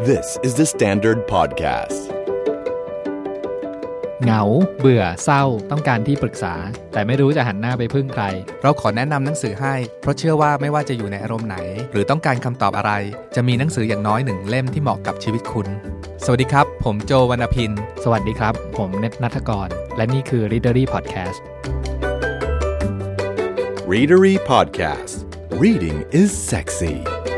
This is the Standard Podcast. เหงาเบื่อเศร้าต้องการที่ปรึกษาแต่ไม่รู้จะหันหน้าไปพึ่งใครเราขอแนะนำหนังสือให้เพราะเชื่อว่าไม่ว่าจะอยู่ในอารมณ์ไหนหรือต้องการคำตอบอะไรจะมีหนังสืออย่างน้อยหนึ่งเล่มที่เหมาะกับชีวิตคุณสวัสดีครับผมโจวรรณพินสวัสดีครับผมเนตณัฐกรและนี่คือ Readery Podcast Readery Podcast Reading is sexy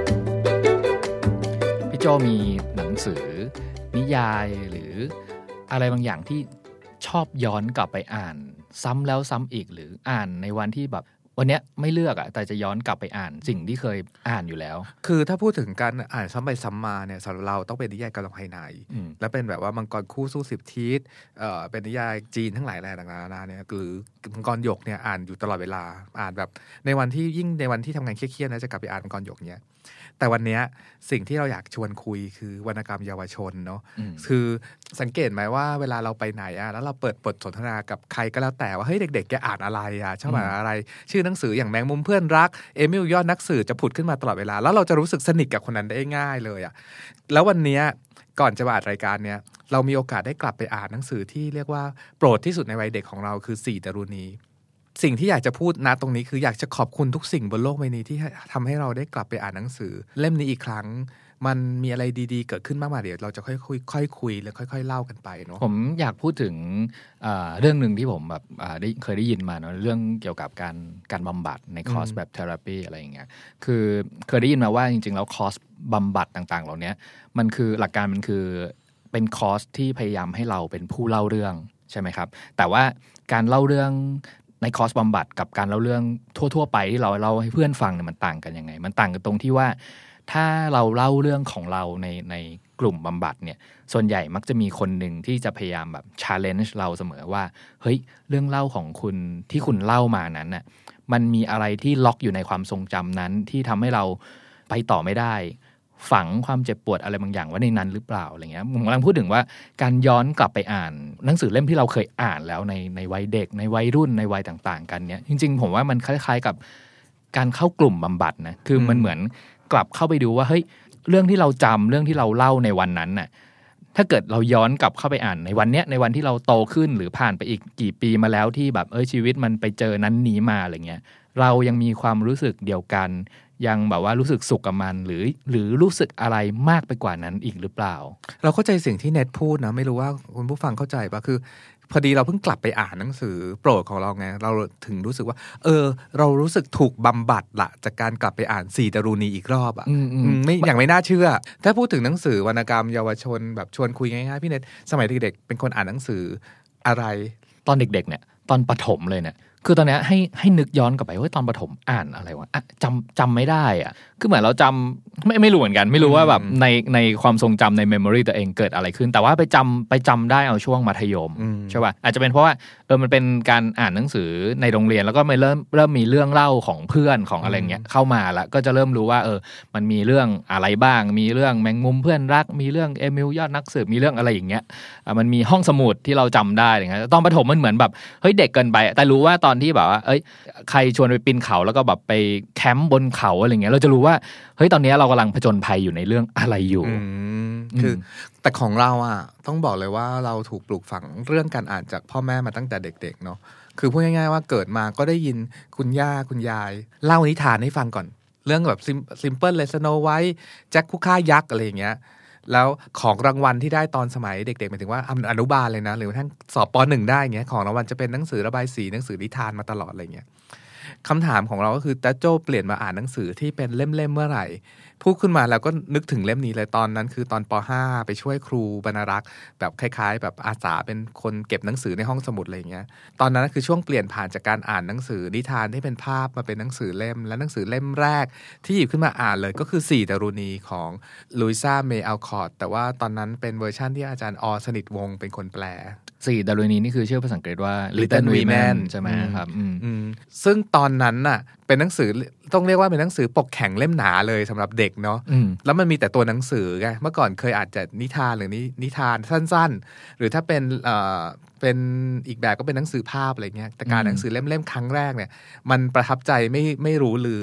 พี่โจมีหนังสือนิยายหรืออะไรบางอย่างที่ชอบย้อนกลับไปอ่านซ้ำแล้วซ้ำอีกหรืออ่านในวันที่แบบวันเนี้ยไม่เลือกแต่จะย้อนกลับไปอ่านสิ่งที่เคยอ่านอยู่แล้วคือถ้าพูดถึงการอ่านซ้ำไปซ้ำมาเนี่ยสำหรับเราต้องเป็นนิยายกำลังภายในและเป็นแบบว่ามังกรคู่สู้10ทิศเป็นนิยายจีนทั้งหลายแหล่ต่างๆเนี่ยคือมังกรหยกเนี่ยอ่านอยู่ตลอดเวลาอ่านแบบในวันที่ยิ่งในวันที่ทำงานเครียดๆนะจะกลับไปอ่านมังกรหยกเนี่ยแต่วันนี้สิ่งที่เราอยากชวนคุยคือวรรณกรรมเยาวชนเนาะคือสังเกตไหมว่าเวลาเราไปไหนแล้วเราเปิดบทสนทนากับใครก็แล้วแต่ว่าเฮ้ยเด็กๆแกอ่านอะไรชอบอ่านอะไรชื่อหนังสืออย่างแมงมุมเพื่อนรักเอมิลยอดนักสืบจะผุดขึ้นมาตลอดเวลาแล้วเราจะรู้สึกสนิทกับคนนั้นได้ง่ายเลยแล้ววันนี้ก่อนจะมาอัดรายการเนี้ยเรามีโอกาสได้กลับไปอ่านหนังสือที่เรียกว่าโปรดที่สุดในวัยเด็กของเราคือ4ดารุณีสิ่งที่อยากจะพูดณตรงนี้คืออยากจะขอบคุณทุกสิ่งบนโลกใบนี้ที่ทำให้เราได้กลับไปอ่านหนังสือเล่มนี้อีกครั้งมันมีอะไรดีๆเกิดขึ้นมากมายเดี๋ยวเราจะค่อยคุยแล้วค่อยๆเล่ากันไปเนาะผมอยากพูดถึงเรื่องนึงที่ผมแบบเคยได้ยินมาเนาะเรื่องเกี่ยวกับการบำบัดในคอร์สแบบเทอราปีอะไรอย่างเงี้ยคือเคยได้ยินมาว่าจริงๆแล้วคอร์สบำบัดต่างๆเหล่านี้มันคือหลักการมันคือเป็นคอร์สที่พยายามให้เราเป็นผู้เล่าเรื่องใช่ไหมครับแต่ว่าการเล่าเรื่องในคอร์สบำบัดกับการเล่าเรื่องทั่วๆไปที่เราเล่าให้เพื่อนฟังเนี่ยมันต่างกันยังไงมันต่างกันตรงที่ว่าถ้าเราเล่าเรื่องของเราในกลุ่มบำบัดเนี่ยส่วนใหญ่มักจะมีคนหนึ่งที่จะพยายามแบบ challenge เราเสมอว่าเฮ้ยเรื่องเล่าของคุณที่คุณเล่ามานั้นน่ะมันมีอะไรที่ล็อกอยู่ในความทรงจำนั้นที่ทำให้เราไปต่อไม่ได้ฝังความเจ็บปวดอะไรบางอย่างไว้ในนั้นหรือเปล่าอะไรเงี้ยผมกำลังพูดถึงว่าการย้อนกลับไปอ่านหนังสือเล่มที่เราเคยอ่านแล้วในวัยเด็กในวัยรุ่นในวัยต่างๆกันเนี่ยจริงๆผมว่ามันคล้ายๆกับการเข้ากลุ่มบำบัดนะคือมันเหมือนกลับเข้าไปดูว่าเฮ้ยเรื่องที่เราจำเรื่องที่เราเล่าในวันนั้นน่ะถ้าเกิดเราย้อนกลับเข้าไปอ่านในวันเนี้ยในวันที่เราโตขึ้นหรือผ่านไปอีกกี่ปีมาแล้วที่แบบชีวิตมันไปเจอนั้นนี้มาอะไรเงี้ยเรายังมีความรู้สึกเดียวกันยังแบบว่ารู้สึกสุขกับมันหรือรู้สึกอะไรมากไปกว่านั้นอีกหรือเปล่าเราเข้าใจสิ่งที่เน็ตพูดนะไม่รู้ว่าคุณผู้ฟังเข้าใจป่ะคือพอดีเราเพิ่งกลับไปอ่านหนังสือโปรดของเราไงเราถึงรู้สึกว่าเรารู้สึกถูกบำบัดละจากการกลับไปอ่าน4ดารุณีอีกรอบไม่อย่างไม่น่าเชื่อถ้าพูดถึงหนังสือวรรณกรรมเยาวชนแบบชวนคุยง่ายๆพี่เน็ตสมัยเด็กๆเป็นคนอ่านหนังสืออะไรตอนเด็กๆเนี่ยตอนประถมเลยเนี่ยคือตอนนี้ให้นึกย้อนกลับไปว่าตอนประถมอ่านอะไรวะจำไม่ได้คือเหมือนเราจำไม่รู้เหมือนกันไม่รู้ว่าแบบในความทรงจำในเมมโมรีตัวเองเกิดอะไรขึ้นแต่ว่าไปจำได้เอาช่วงมัธยมใช่ป่ะอาจจะเป็นเพราะว่ามันเป็นการอ่านหนังสือในโรงเรียนแล้วก็เริ่มมีเรื่องเล่าของเพื่อนของอะไรเงี้ยเข้ามาแล้วก็จะเริ่มรู้ว่ามันมีเรื่องอะไรบ้างมีเรื่องแมงมุมเพื่อนรักมีเรื่องเอมิลยอดนักสืบมีเรื่องอะไรอย่างเงี้ยมันมีห้องสมุดที่เราจำได้อะไรเงี้ยตอนประถมมันเหมือนแบบเฮ้ยเด็กเกินไปแต่รู้ว่าตอนที่แบบว่าใครชวนไปปีนเขาแล้วก็แบบไปแคมป์บนเขาอะไรเงี้ยเราจะรู้ว่าเฮ้ยตอนนี้เรากำลังผจญภัยอยู่ในเรื่องอะไรอยู่คือแต่ของเราต้องบอกเลยว่าเราถูกปลูกฝังเรื่องการอ่านจากพ่อแม่มาตั้งแต่เด็กๆเนาะคือพูดง่ายๆว่าเกิดมาก็ได้ยินคุณย่าคุณยายเล่านิทานให้ฟังก่อนเรื่องแบบซิมเปิลเลยสโนไวท์แจ็คผู้ฆ่ายักษ์อะไรอย่างเงี้ยแล้วของรางวัลที่ได้ตอนสมัยเด็กๆหมายถึงว่าอนุบาลเลยนะหรือทั้งสอบป.1 ได้เงี้ยของรางวัลจะเป็นหนังสือระบายสีหนังสือนิทานมาตลอดอะไรเงี้ยคำถามของเราก็คือตาโจ้เปลี่ยนมาอ่านหนังสือที่เป็นเล่มๆเมื่อไหร่พูดขึ้นมาแล้วก็นึกถึงเล่มนี้เลยตอนนั้นคือตอนป.5 ไปช่วยครูบรรณารักษ์แบบคล้ายๆแบบอาสาเป็นคนเก็บหนังสือในห้องสมุดอะไรอย่างเงี้ยตอนนั้นคือช่วงเปลี่ยนผ่านจากการอ่านหนังสือนิทานที่เป็นภาพมาเป็นหนังสือเล่มและหนังสือเล่มแรกที่หยิบขึ้นมาอ่านเลยก็คือ4ดารุณีของลุยซ่าเมย์อัลคอร์ตแต่ว่าตอนนั้นเป็นเวอร์ชั่นที่อาจารย์สนิทวงศ์เป็นคนแปล 4ดารุณีนี่คือชื่อภาษาอังกฤษว่า Little Women ใช่ไหมครับซึ่งตอนนั้นน่ะเป็นหนังสือต้องเรียกว่าเป็นหนังสือปกแข็งเล่มหนาเลยสำหรับเด็กเนาะแล้วมันมีแต่ตัวหนังสือไงเมื่อก่อนเคยอ่านแต่นิทานหรือนิทานสั้นๆหรือถ้าเป็นอีกแบบก็เป็นหนังสือภาพอะไรเงี้ยแต่การหนังสือเล่มๆครั้งแรกเนี่ยมันประทับใจไม่รู้ลืม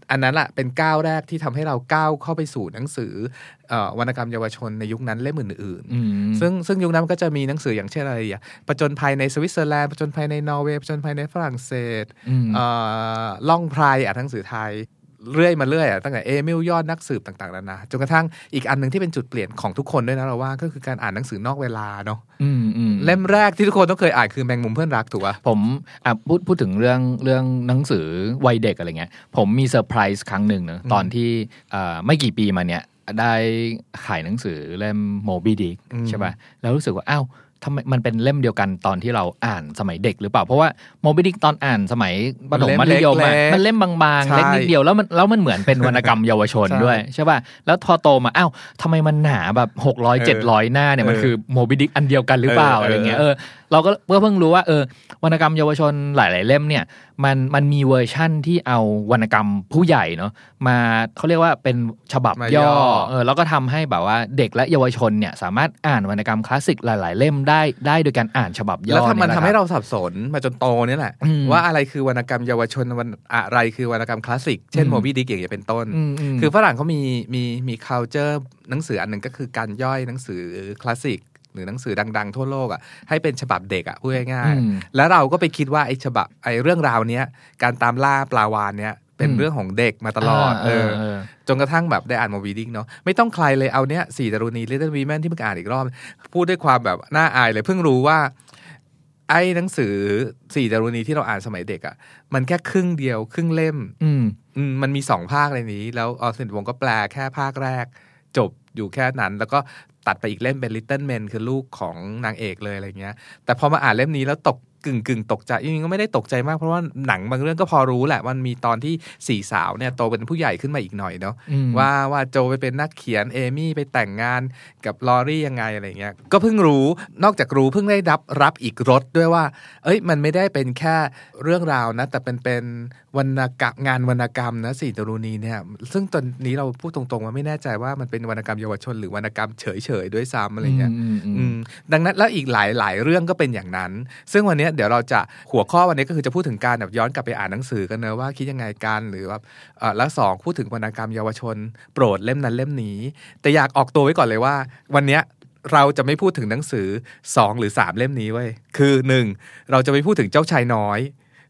อันนั้นแหละเป็นก้าวแรกที่ทำให้เราก้าวเข้าไปสู่หนังสือวรรณกรรมเยาวชนในยุคนั้นเล่มอื่นๆซึ่งยุคนั้นก็จะมีหนังสืออย่างเช่นอะไรผจญภัยในสวิตเซอร์แลนด์ผจญภัยในนอร์เวย์ผจญภัยในฝรั่งเศสล่องไพรหนังสือไทยเรื่อยมาเรื่อยตั้งแต่เอมิลยอดนักสืบต่างๆนานาจนกระทั่งอีกอันนึงที่เป็นจุดเปลี่ยนของทุกคนด้วยนะเราว่าก็คือการอ่านหนังสือนอกเวลาเนาะเล่มแรกที่ทุกคนต้องเคยอ่านคือแมงมุมเพื่อนรักถูกป่ะผมพูดถึงเรื่องหนังสือวัยเด็กอะไรเงี้ยผมมีเซอร์ไพรส์ครั้งหนึ่งนะตอนที่ไม่กี่ปีมาเนี้ยได้ขายหนังสือเล่ม Moby Dick ใช่ป่ะแล้วรู้สึกว่าอ้าวทำไมมันเป็นเล่มเดียวกันตอนที่เราอ่านสมัยเด็กหรือเปล่าเพราะว่า Moby Dick ตอนอ่านสมัยประถมมัธยมมันเล่มบางๆเล็กนิดเดียวแล้วมันเหมือนเป็นวรรณกรรมเยาวชนด้วยใช่ป่ะแล้วพอโตมาอ้าวทำไมมันหนาแบบ600-700 หน้าเนี่ยมันคือ Moby Dick อันเดียวกันหรือเปล่าอะไรเงี้ยเราก็เพิ่งรู้ว่าวรรณกรรมเยาวชนหลายๆเล่มเนี่ยมันมีเวอร์ชั่นที่เอาวรรณกรรมผู้ใหญ่เนาะมาเขาเรียกว่าเป็นฉบับย่อแล้วก็ทำให้แบบว่าเด็กและเยาวชนเนี่ยสามารถอ่านวรรณกรรมคลาสสิกหลายๆเล่มได้โดยการอ่านฉบับย่อแล้วมันทำให้เราสับสนมาจนโตเนี่ยแหละว่าอะไรคือวรรณกรรมเยาวชนอะไรคือวรรณกรรมคลาสสิกเช่น Moby Dick อย่างเป็นต้นคือฝรั่งเขามี culture หนังสืออันหนึ่งก็คือการย่อยหนังสือคลาสสิกหรือหนังสือดังๆทั่วโลกให้เป็นฉบับเด็กพูดง่ายๆแล้วเราก็ไปคิดว่าไอ้ฉบับไอ้เรื่องราวเนี้ยการตามล่าปลาวาฬเนี้ยเป็นเรื่องของเด็กมาตลอดจนกระทั่งแบบได้อ่านMoby Dickเนาะไม่ต้องใครเลยเอาเนี้ย4 ดารุณี Little Women ที่เพิ่งอ่านอีกรอบพูดด้วยความแบบน่าอายเลยเพิ่งรู้ว่าไอ้หนังสือ4 ดารุณีที่เราอ่านสมัยเด็กมันแค่ครึ่งเดียวครึ่งเล่มมันมี2ภาคในนี้แล้วออสเซนวงก็แปลแค่ภาคแรกจบอยู่แค่นั้นแล้วก็ตัดไปอีกเล่มเป็น Little Men คือลูกของนางเอกเลยอะไรเงี้ยแต่พอมาอ่านเล่มนี้แล้วกึ่งตกใจจริงๆก็ไม่ได้ตกใจมากเพราะว่าหนังบางเรื่องก็พอรู้แหละมันมีตอนที่4 สาวเนี่ยโตเป็นผู้ใหญ่ขึ้นมาอีกหน่อยเนาะว่าโจไปเป็นนักเขียนเอมี่ไปแต่งงานกับลอรี่ยังไงอะไรเงี้ยก็เพิ่งรู้นอกจากรู้เพิ่งได้รับอีกรสด้วยว่ามันไม่ได้เป็นแค่เรื่องราวนะแต่เป็นวรรณกรรมงานวรรณกรรมนะ4 ดารุณีเนี่ยซึ่งตอนนี้เราพูดตรงๆว่าไม่แน่ใจว่ามันเป็นวรรณกรรมเยาวชนหรือวรรณกรรมเฉยๆด้วยซ้ำอะไรเงี้ยดังนั้นแล้วอีกหลายเรื่องก็เป็นอย่างนั้นซึ่งวันนี้เดี๋ยวเราจะหัวข้อวันนี้ก็คือจะพูดถึงการแบบย้อนกลับไปอ่านหนังสือกันเนอะว่าคิดยังไงกันหรือว่าแล้ว2พูดถึงวรรณกรรมเยาวชนโปรดเล่มนั้นเล่มนี้แต่อยากออกตัวไว้ก่อนเลยว่าวันนี้เราจะไม่พูดถึงหนังสือ2หรือ3เล่มนี้เว้ยคือ1เราจะไม่พูดถึงเจ้าชายน้อย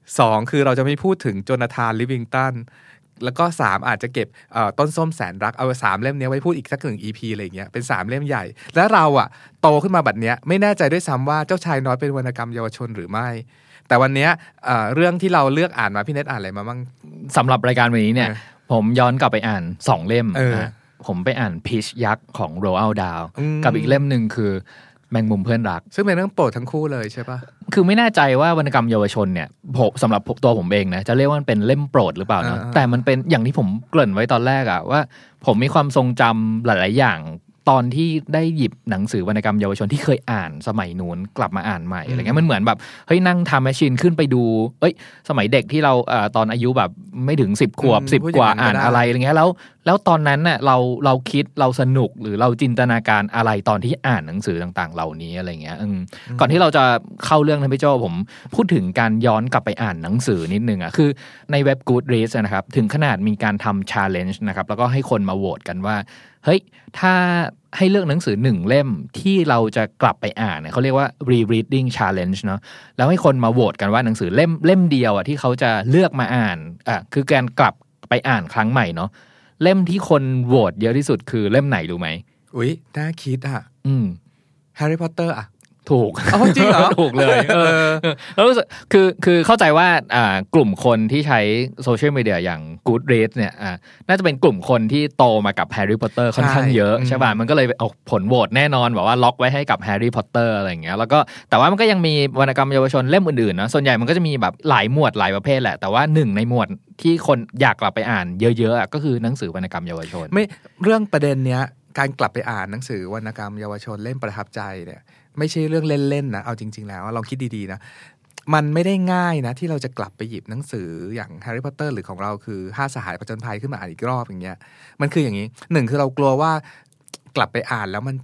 2คือเราจะไม่พูดถึงโจนาธานลิฟวิงตันแล้วก็3อาจจะเก็บต้นส้มแสนรักเอา3เล่มนี้ไว้พูดอีกสัก1 EP อะไรอย่างเงี้ยเป็น3เล่มใหญ่แล้วเราโตขึ้นมาแบบเนี้ยไม่แน่ใจด้วยซ้ำว่าเจ้าชายน้อยเป็นวรรณกรรมเยาวชนหรือไม่แต่วันนี้เรื่องที่เราเลือกอ่านมาพี่เน็ตอ่านอะไรมาบ้างสำหรับรายการวันนี้เนี่ยผมย้อนกลับไปอ่าน2เล่มผมไปอ่านพีชยักษ์ของโรอัลดาวกับอีกเล่มนึงคือแมงมุมเพื่อนรักซึ่งเป็นเรื่องโปรดทั้งคู่เลยใช่ปะคือไม่แน่ใจว่าวรรณกรรมเยาวชนเนี่ยสำหรับตัวผมเองนะจะเรียกว่ามันเป็นเล่มโปรดหรือเปล่าเนาะแต่มันเป็นอย่างที่ผมเกริ่นไว้ตอนแรกว่าผมมีความทรงจำหลายๆอย่างตอนที่ได้หยิบหนังสือวรรณกรรมเยาวชนที่เคยอ่านสมัยนู้นกลับมาอ่านใหม่อะไรเงี้ยมันเหมือนแบบเฮ้ยนั่งทำแมชชีนขึ้นไปดูสมัยเด็กที่เราตอนอายุแบบไม่ถึง10 ขวบ10 กว่าอ่านอะไรเงี้ยแล้วตอนนั้นน่ะเราคิดเราสนุกหรือเราจินตนาการอะไรตอนที่อ่านหนังสือต่างๆเหล่านี้อะไรเงี้ยก่อนที่เราจะเข้าเรื่องนะพี่โจผมพูดถึงการย้อนกลับไปอ่านหนังสือนิดนึงคือในเว็บ Goodreads นะครับถึงขนาดมีการทำ challenge นะครับแล้วก็ให้คนมาโหวตกันว่าเฮ้ยถ้าให้เลือกหนังสือ1 เล่มที่เราจะกลับไปอ่านเนี่ยเขาเรียกว่า rereading challenge เนาะแล้วให้คนมาโหวตกันว่าหนังสือเล่มเดียวที่เขาจะเลือกมาอ่านคือการกลับไปอ่านครั้งใหม่เนาะเล่มที่คนโหวตเยอะที่สุดคือเล่มไหนรู้ไหมอุ๊ยน่าคิดแฮร์รี่พอตเตอร์ถูกจริงเหรอถูกเลยแล้วรู้สึกคือเข้าใจว่ากลุ่มคนที่ใช้โซเชียลมีเดียอย่าง Goodreads เนี่ยน่าจะเป็นกลุ่มคนที่โตมากับแฮร์รี่พอตเตอร์ค่อนข้างเยอะใช่ป่ะมันก็เลยเอาผลโหวตแน่นอนแบบว่าล็อกไว้ให้กับแฮร์รี่พอตเตอร์อะไรอย่างเงี้ยแล้วก็แต่ว่ามันก็ยังมีวรรณกรรมเยาวชนเล่มอื่นๆนะส่วนใหญ่มันก็จะมีแบบหลายหมวดหลายประเภทแหละแต่ว่า1ในหมวดที่คนอยากกลับไปอ่านเยอะๆก็คือหนังสือวรรณกรรมเยาวชนไม่เรื่องประเด็นเนี้ยการกลับไปอ่านหนังสือวรรณกรรมเยาวชนเล่มประทับใจเนี่ยไม่ใช่เรื่องเล่นๆนะเอาจริงๆแล้วลองคิดดีๆนะมันไม่ได้ง่ายนะที่เราจะกลับไปหยิบหนังสืออย่างแฮร์รี่พอตเตอร์หรือของเราคือ5 สหายผจญภัยขึ้นมาอ่านอีกรอบอย่างเงี้ยมันคืออย่างนี้1คือเรากลัวว่ากลับไปอ่านแล้ว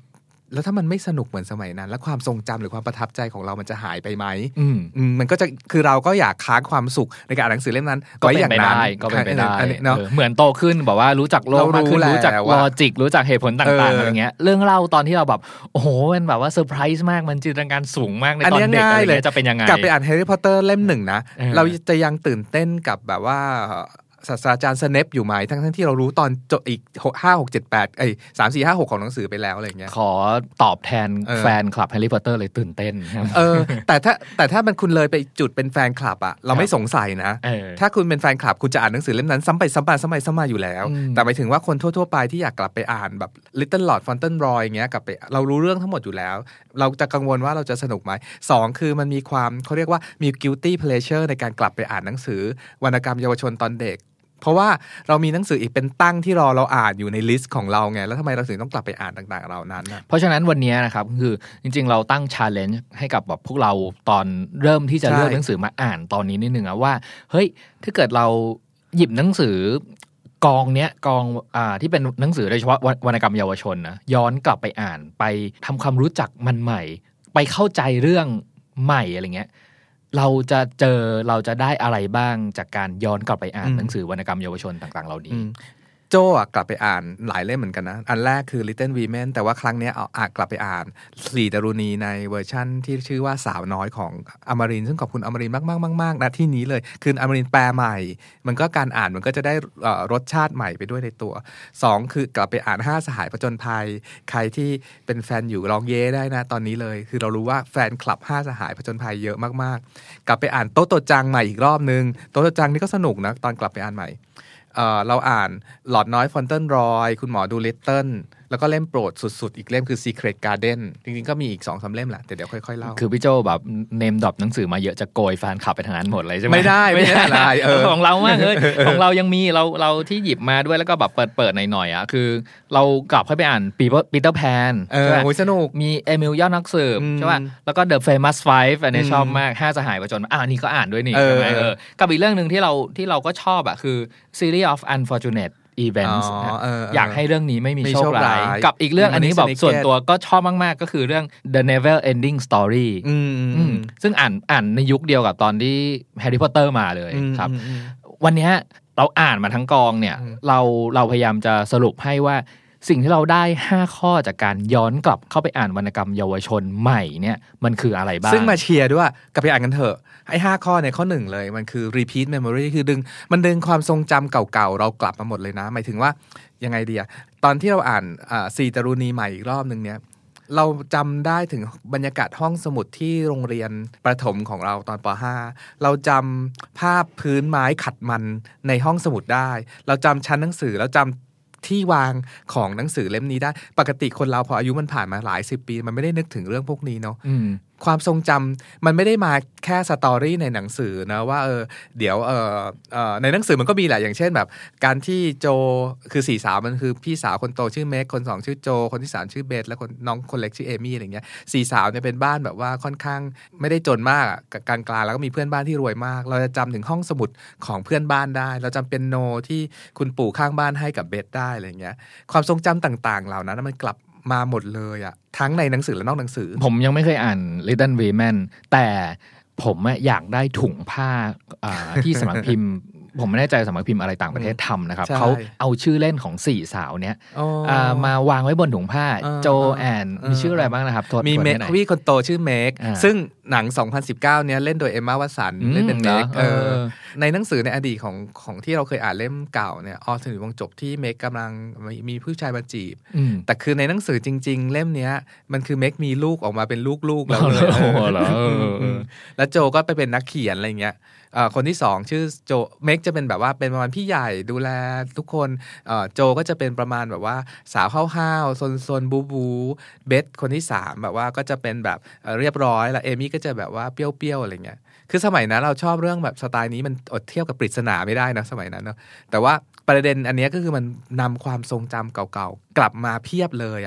แล้วถ้ามันไม่สนุกเหมือนสมัยนั้นแล้วความทรงจำหรือความประทับใจของเรามันจะหายไปไหมมันก็จะคือเราก็อยากค้างความสุขในการอ่านหนังสือเล่มนั้นไว้อย่างนั้นก็เป็นไปได้เหมือนโตขึ้นบอกว่ารู้จักโลกมากขึ้นรู้จักลอจิกรู้จักเหตุผลต่างๆอะไรเงี้ยเรื่องเล่าตอนที่เราแบบโอ้โหมันแบบว่าเซอร์ไพรส์มากมันจินตนาการสูงมากในตอนเด็กอะไรเงี้ยจะเป็นยังไงกลับไปอ่านแฮร์รี่พอตเตอร์เล่ม1นะเราจะยังตื่นเต้นกับแบบว่าศาสตราจารย์สเนปอยู่ไหมทั้งที่เรารู้ตอนจบอีก5 6 7 8 3 4 5 6ของหนังสือไปแล้วอะไรเงี้ยขอตอบแทนแฟนคลับแฮร์รี่พอตเตอร์เลยตื่นเต้นแต่ถ้ามันคุณเลยไปจุดเป็นแฟนคลับอ่ะเราไม่สงสัยนะถ้าคุณเป็นแฟนคลับคุณจะอ่านหนังสือเล่มนั้นซ้ำไปซ้ำมาอยู่แล้วแต่หมายถึงว่าคนทั่วๆไปที่อยากกลับไปอ่านแบบ Little Lord Fauntleroy อย่างเงี้ยกลับไปเรารู้เรื่องทั้งหมดอยู่แล้วเราจะกังวลว่าเราจะสนุกไหม2คือมันมีความเขาเรียกว่ามี guilty pleasure ในการกลับไปอ่านหนังสือวรรณกรรมเยาวชนตอนเด็กเพราะว่าเรามีหนังสืออีกเป็นตั้งที่เราอ่านอยู่ในลิสต์ของเราไงแล้วทำไมเราถึงต้องกลับไปอ่านต่างๆเหล่านั้นนะเพราะฉะนั้นวันนี้นะครับคือจริงๆเราตั้ง challenge ให้กับแบบพวกเราตอนเริ่มที่จะเลือกหนังสือมาอ่านตอนนี้นิดนึงนะว่าเฮ้ยถ้าเกิดเราหยิบหนังสือกองเนี้ยกองที่เป็นหนังสือโดยเฉพาะวรรณกรรมเยาวชนนะย้อนกลับไปอ่านไปทำความรู้จักมันใหม่ไปเข้าใจเรื่องใหม่อะไรเงี้ยเราจะได้อะไรบ้างจากการย้อนกลับไปอ่านหนังสือวรรณกรรมเยาวชนต่างๆเหล่านี้โจกลับไปอ่านหลายเล่มเหมือนกันนะอันแรกคือ Little Women แต่ว่าครั้งนี้กลับไปอ่านสีดารุณีในเวอร์ชั่นที่ชื่อว่าสาวน้อยของอมรินทร์ซึ่งขอบคุณอมรินทร์มากๆนะที่นี้เลยคืออมรินทร์แปลใหม่มันก็การอ่านมันก็จะได้รสชาติใหม่ไปด้วยในตัว2คือกลับไปอ่าน5สหายผจญภัยใครที่เป็นแฟนอยู่ลองเย่ได้นะตอนนี้เลยคือเรารู้ว่าแฟนคลับ5สหายผจญภัยเยอะมากๆกลับไปอ่านโตโตจังใหม่อีกรอบนึงโตโตจังนี่ก็สนุกนะตอนกลับไปอ่านใหม่เราอ่านหลอดน้อยฟอนเทิลรอยคุณหมอดูลิตเติ้ลแล้วก็เล่มโปรดสุดๆอีกเล่มคือ Secret Garden จริงๆก็มีอีก 2-3 เล่มแหละแต่เดี๋ยวค่อยๆเล่าคือพี่โจแบบเนมดรอปหนังสือมาเยอะจะโกยแฟนคลับไปทางนั้นหมดเลยใช่ไหมไม่ได้อะไรของเรามากเลยของเรายังมีเราที่หยิบมาด้วยแล้วก็แบบเปิดหน่อยๆอ่ะคือเรากลับเข้าไปอ่านปีเตอร์แพนใช่ไหมสนุกมีเอมิลยอดนักสืบใช่ป่ะแล้วก็ The Famous Five อันนี้ชอบมาก5สหายผจญอันนี้ก็อ่านด้วยนี่ใช่ไหมกับอีกเรื่องนึงที่เราก็ชอบอ่ะคือ Series of Unfortunate Events อยากให้เรื่องนี้ไม่มีโชคร้ายกับอีกเรื่องอันนี้แบบส่วนตัวก็ชอบมากๆก็คือเรื่อง The Never Ending Story ซึ่งอ่านในยุคเดียวกับตอนที่แฮร์รี่พอตเตอร์มาเลยครับวันนี้เราอ่านมาทั้งกองเนี่ยเราพยายามจะสรุปให้ว่าสิ่งที่เราได้5ข้อจากการย้อนกลับเข้าไปอ่านวรรณกรรมเยาวชนใหม่เนี่ยมันคืออะไรบ้างซึ่งมาเชียร์ด้วยกลับไปอ่านกันเถอะไอ้5ข้อในข้อ1เลยมันคือ repeat memory คือดึงความทรงจำเก่าๆเรากลับมาหมดเลยนะหมายถึงว่ายังไงดีอะตอนที่เราอ่านสีดารุณีใหม่อีกรอบนึงเนี่ยเราจำได้ถึงบรรยากาศห้องสมุดที่โรงเรียนประถมของเราตอนป.5 เราจำภาพพื้นไม้ขัดมันในห้องสมุดได้เราจำชั้นหนังสือแล้วจำที่วางของหนังสือเล่มนี้ได้ปกติคนเราพออายุมันผ่านมาหลาย10 ปีมันไม่ได้นึกถึงเรื่องพวกนี้เนาะความทรงจำมันไม่ได้มาแค่สตอรี่ในหนังสือนะว่าเดี๋ยวในหนังสือมันก็มีแหละอย่างเช่นแบบการที่โจคือ4สาวมันคือพี่สาวคนโตชื่อเมคคน2ชื่อโจคนที่3ชื่อเบธและน้องคนเล็กชื่อเอมี่อะไรเงี้ย4สาวเนี่ยเป็นบ้านแบบว่าค่อนข้างไม่ได้จนมากกลางๆแล้วก็มีเพื่อนบ้านที่รวยมากเราจะจำถึงห้องสมุดของเพื่อนบ้านได้เราจำเปียโนที่คุณปู่ข้างบ้านให้กับเบธได้อะไรเงี้ยความทรงจำต่างๆเหล่านั้นมันกลับมาหมดเลยอะทั้งในหนังสือและนอกหนังสือผมยังไม่เคยอ่าน Little Women แต่ผมอยากได้ถุงผ้าที่สำนักพิมพ์ ผมไม่แน่ใจสำนักพิมพ์อะไรต่างประเทศทำนะครับเขาเอาชื่อเล่นของ4สาวเนี้ยมาวางไว้บนถุงผ้าโจแอนมีชื่ออะไรบ้างนะครับมีเมควี่คนโตชื่อเมคซึ่งหนัง2019เนี้ยเล่นโดยเอมม่าวัตสันเล่นเป็นเมคในหนังสือในอดีตของที่เราเคยอ่านเล่มเก่าเนี่ยออสถึงวงจบที่เมคกำลังมีผู้ชายมาจีบแต่คือในหนังสือจริงๆเล่มเนี้ยมันคือเมคมีลูกออกมาเป็นลูกๆแล้วเลยแล้วโจก็ไปเป็นนักเขียนอะไรเงี้ยคนที่2ชื่อโจเมคจะเป็นแบบว่าเป็นประมาณพี่ใหญ่ดูแลทุกคนโจก็จะเป็นประมาณแบบว่าสาวห้าวๆซนๆบูเบธคนที่3แบบว่าก็จะเป็นแบบเรียบร้อยแล้วเอมี่ก็จะแบบว่าเปรี้ยวๆอะไรเงี้ยคือสมัยนั้นเราชอบเรื่องแบบสไตล์นี้มันอดเทียบกับปริศนาไม่ได้นะสมัยนั้นเนาะแต่ว่าประเด็นอันนี้ก็คือมันนำความทรงจำเก่าๆกลับมาเพียบเลยอ่ะ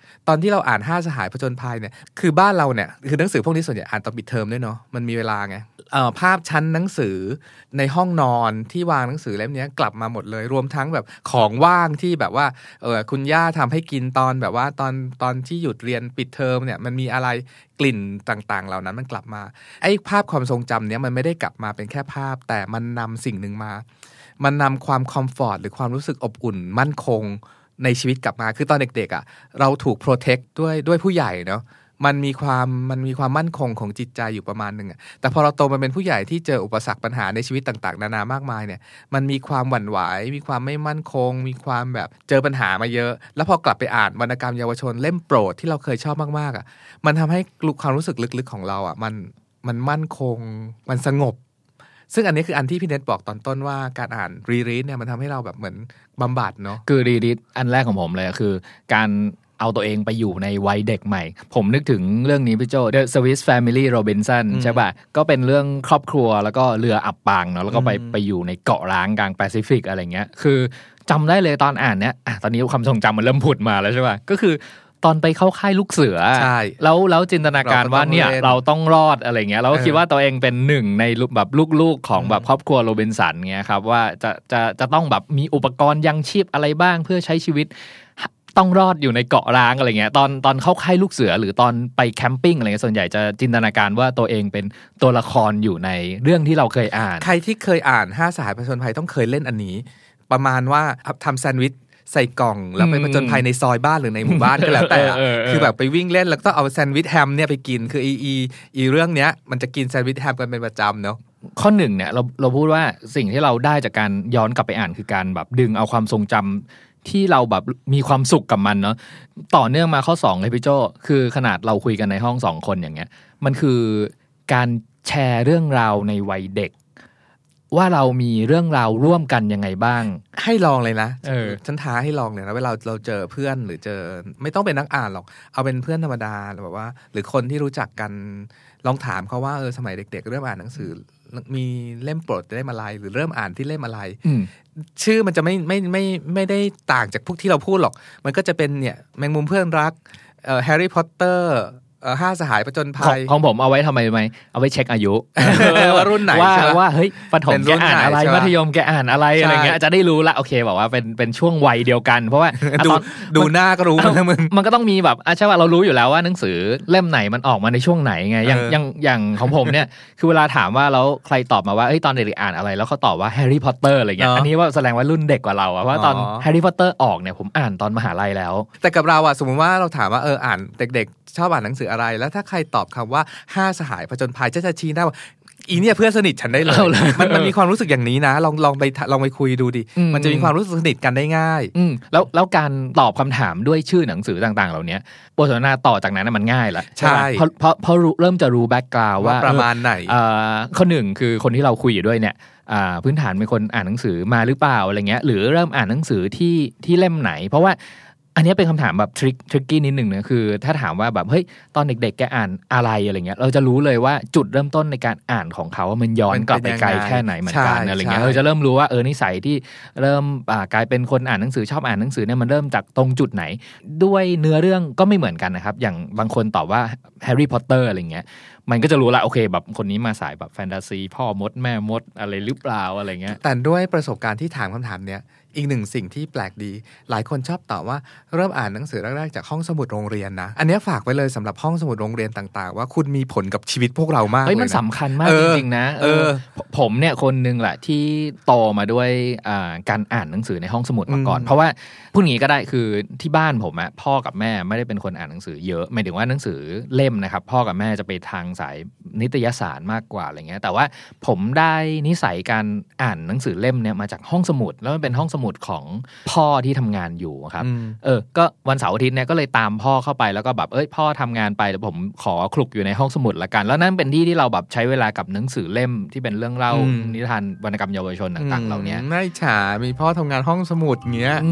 ตอนที่เราอ่าน5สหายผจญภัยเนี่ยคือบ้านเราเนี่ยคือหนังสือพวกนี้ส่วนใหญ่อ่านตอนปิดเทอมด้วยเนาะมันมีเวลาไงภาพชั้นหนังสือในห้องนอนที่วางหนังสือเล่มนี้กลับมาหมดเลยรวมทั้งแบบของว่างที่แบบว่าคุณย่าทำให้กินตอนแบบว่าตอนที่หยุดเรียนปิดเทอมเนี่ยมันมีอะไรกลิ่นต่างๆเหล่านั้นมันกลับมาไอ้ภาพความทรงจำเนี้ยมันไม่ได้กลับมาเป็นแค่ภาพแต่มันนำสิ่งหนึ่งมามันนำความคอมฟอร์ตหรือความรู้สึกอบอุ่นมั่นคงในชีวิตกลับมาคือตอนเด็กๆอ่ะเราถูกโปรเทคด้วยผู้ใหญ่เนาะมันมีความมั่นคงของจิตใจอยู่ประมาณนึงอ่ะแต่พอเราโตมาเป็นผู้ใหญ่ที่เจออุปสรรคปัญหาในชีวิตต่างๆนานามากมายเนี่ยมันมีความหวั่นไหวมีความไม่มั่นคงมีความแบบเจอปัญหามาเยอะแล้วพอกลับไปอ่านวรรณกรรมเยาวชนเล่มโปรดที่เราเคยชอบมากๆอ่ะมันทำให้ความรู้สึกลึกๆของเราอ่ะมันมั่นคงมันสงบซึ่งอันนี้คืออันที่พี่เนทบอกตอนต้นว่าการอ่านรีรีดเนี่ยมันทำให้เราแบบเหมือนบำบัดเนาะคือรีรีดอันแรกของผมเลยคือการเอาตัวเองไปอยู่ในวัยเด็กใหม่ผมนึกถึงเรื่องนี้พี่โจ The Swiss Family Robinson ใช่ป่ะก็เป็นเรื่องครอบครัวแล้วก็เรืออับปางเนาะแล้วก็ไปอยู่ในเกาะร้างกลางแปซิฟิกอะไรเงี้ยคือจำได้เลยตอนอ่านเนี้ยตอนนี้ความทรงจำมันเริ่มผุดมาแล้วใช่ป่ะก็คือตอนไปเข้าค่ายลูกเสือแล้วจินตนาการว่าเนี่ยเราต้องรอดอะไรเงี้ยเราก็คิดว่าตัวเองเป็นหนึ่งในแบบลูกๆของแบบครอบครัวโรบินสันเงี้ยครับว่าจะต้องแบบมีอุปกรณ์ยังชีพอะไรบ้างเพื่อใช้ชีวิตต้องรอดอยู่ในเกาะร้างอะไรเงี้ยตอนเข้าค่ายลูกเสือหรือตอนไปแคมปิ้งอะไรเงี้ยส่วนใหญ่จะจินตนาการว่าตัวเองเป็นตัวละครอยู่ในเรื่องที่เราเคยอ่านใครที่เคยอ่าน5สหายผจญภัยต้องเคยเล่นอันนี้ประมาณว่าทำแซนด์วิชใส่กล่องแล้วไปผจญภัยในซอยบ้านหรือในหมู่บ้านก็แล้วแต่คือแบบไปวิ่งเล่นแล้วก็เอาแซนด์วิชแฮมเนี่ยไปกินคืออีเรื่องเนี้ยมันจะกินแซนด์วิชแฮมกันเป็นประจำเนาะข้อหนึ่งเนี่ยเราพูดว่าสิ่งที่เราได้จากการย้อนกลับไปอ่านคือการแบบดึงเอาความทรงจำที่เราแบบมีความสุขกับมันเนาะต่อเนื่องมาข้อ2เลยพี่โจคือขนาดเราคุยกันในห้อง2คนอย่างเงี้ยมันคือการแชร์เรื่องราวในวัยเด็กว่าเรามีเรื่องราวร่วมกันยังไงบ้างให้ลองเลยนะฉันท้าให้ลองเลยนะเวลาเราเจอเพื่อนหรือเจอไม่ต้องเป็นนักอ่านหรอกเอาเป็นเพื่อนธรรมดาแบบว่าหรือคนที่รู้จักกันลองถามเขาว่าสมัยเด็กๆเริ่มอ่านหนังสือมีเล่มโปรดเล่มอะไรหรือเริ่มอ่านที่เล่มอะไรชื่อมันจะไม่ได้ต่างจากพวกที่เราพูดหรอกมันก็จะเป็นเนี่ยแมงมุมเพื่อนรักแฮร์รี่พอตเตอร์5สหายผจญภัยของผมเอาไว้ทำไมไหมเอาไว้เช็คอายุว่ารุ่นไหนว่าเฮ้ยประถมแกอ่านอะไรมัธยมแกอ่านอะไรอะไรเงี้ยจะได้รู้ละโอเคบอกว่าเป็นช่วงวัยเดียวกันเพราะว่าดูหน้าก็รู้มันก็ต้องมีแบบใช่ป่ะเรารู้อยู่แล้วว่าหนังสือเล่มไหนมันออกมาในช่วงไหนไงอย่างของผมเนี่ยคือเวลาถามว่าแล้วใครตอบมาว่าเฮ้ยตอนเด็กๆอ่านอะไรแล้วเขาตอบว่าแฮร์รี่พอตเตอร์อะไรเงี้ยอันนี้ว่าแสดงว่ารุ่นเด็กกว่าเราเพราะตอนแฮร์รี่พอตเตอร์ออกเนี่ยผมอ่านตอนมหาลัยแล้วแต่กับเราสมมติว่าเราถามว่าอ่านเด็กชอบอ่านหนังสืออะไรแล้วถ้าใครตอบคำว่า5สหายผจญภัยจะชี้ได้ว่าอีเนี่ยเพื่อนสนิทฉันได้เลยมันมีความรู้สึกอย่างนี้นะลองไปคุยดูดิมันจะมีความรู้สึกสนิทกันได้ง่ายแล้วการตอบคำถามด้วยชื่อหนังสือต่างๆเหล่านี้บทสนทนาต่อจากนั้นมันง่ายละใช่เพราะเริ่มจะรู้แบ็กกราวด์ว่าประมาณไหนข้อหนึ่งคือคนที่เราคุยอยู่ด้วยเนี่ยพื้นฐานเป็นคนอ่านหนังสือมาหรือเปล่าอะไรเงี้ยหรือเริ่มอ่านหนังสือที่เล่มไหนเพราะว่าอันนี้เป็นคำถามแบบทริกกี้นิดหนึ่งนะคือถ้าถามว่าแบบเฮ้ยตอนเด็กๆแกอ่านอะไรอะไรเงี้ยเราจะรู้เลยว่าจุดเริ่มต้นในการอ่านของเขามันย้อนกลับไปไกลแค่ไหนเหมือนกันอะไรเงี้ยเราจะเริ่มรู้ว่านิสัยที่เริ่มกลายเป็นคนอ่านหนังสือชอบอ่านหนังสือเนี่ยมันเริ่มจากตรงจุดไหนด้วยเนื้อเรื่องก็ไม่เหมือนกันนะครับอย่างบางคนตอบว่าแฮร์รี่พอตเตอร์อะไรเงี้ยมันก็จะรู้ละโอเคแบบคนนี้มาสายแบบแฟนตาซีพ่อมดแม่มดอะไรหรือเปล่าอะไรเงี้ยแต่ด้วยประสบการณ์ที่ถามคำถามเนี้ยอีกหนึ่งสิ่งที่แปลกดีหลายคนชอบตอบว่าเริ่มอ่านหนังสือแรกๆจากห้องสมุดโรงเรียนนะอันนี้ฝากไว้เลยสำหรับห้องสมุดโรงเรียนต่างๆว่าคุณมีผลกับชีวิตพวกเรามากเลยนะมันสำคัญมากจริงๆนะผมเนี่ยคนนึงแหละที่โตมาด้วยการอ่านหนังสือในห้องสมุดมาก่อนเพราะว่าพูดงี้ก็ได้คือที่บ้านผมอะพ่อกับแม่ไม่ได้เป็นคนอ่านหนังสือเยอะหมายถึงว่าหนังสือเล่มนะครับพ่อกับแม่จะไปทางสายนิตยสารมากกว่าอะไรเงี้ยแต่ว่าผมได้นิสัยการอ่านหนังสือเล่มเนี่ยมาจากห้องสมุดแล้วมันเป็นห้องสมุดของพ่อที่ทำงานอยู่ครับก็วันเสาร์อาทิตย์เนี่ยก็เลยตามพ่อเข้าไปแล้วก็แบบพ่อทำงานไปแล้วผมขอคลุกอยู่ในห้องสมุดละกันแล้วนั่นเป็นที่เราแบบใช้เวลากับหนังสือเล่มที่เป็นเรื่องเล่านิทานวรรณกรรมเยาวชนต่างๆเหล่านี้น่าอิจฉามีพ่อทำงานห้องสมุดเงี้ย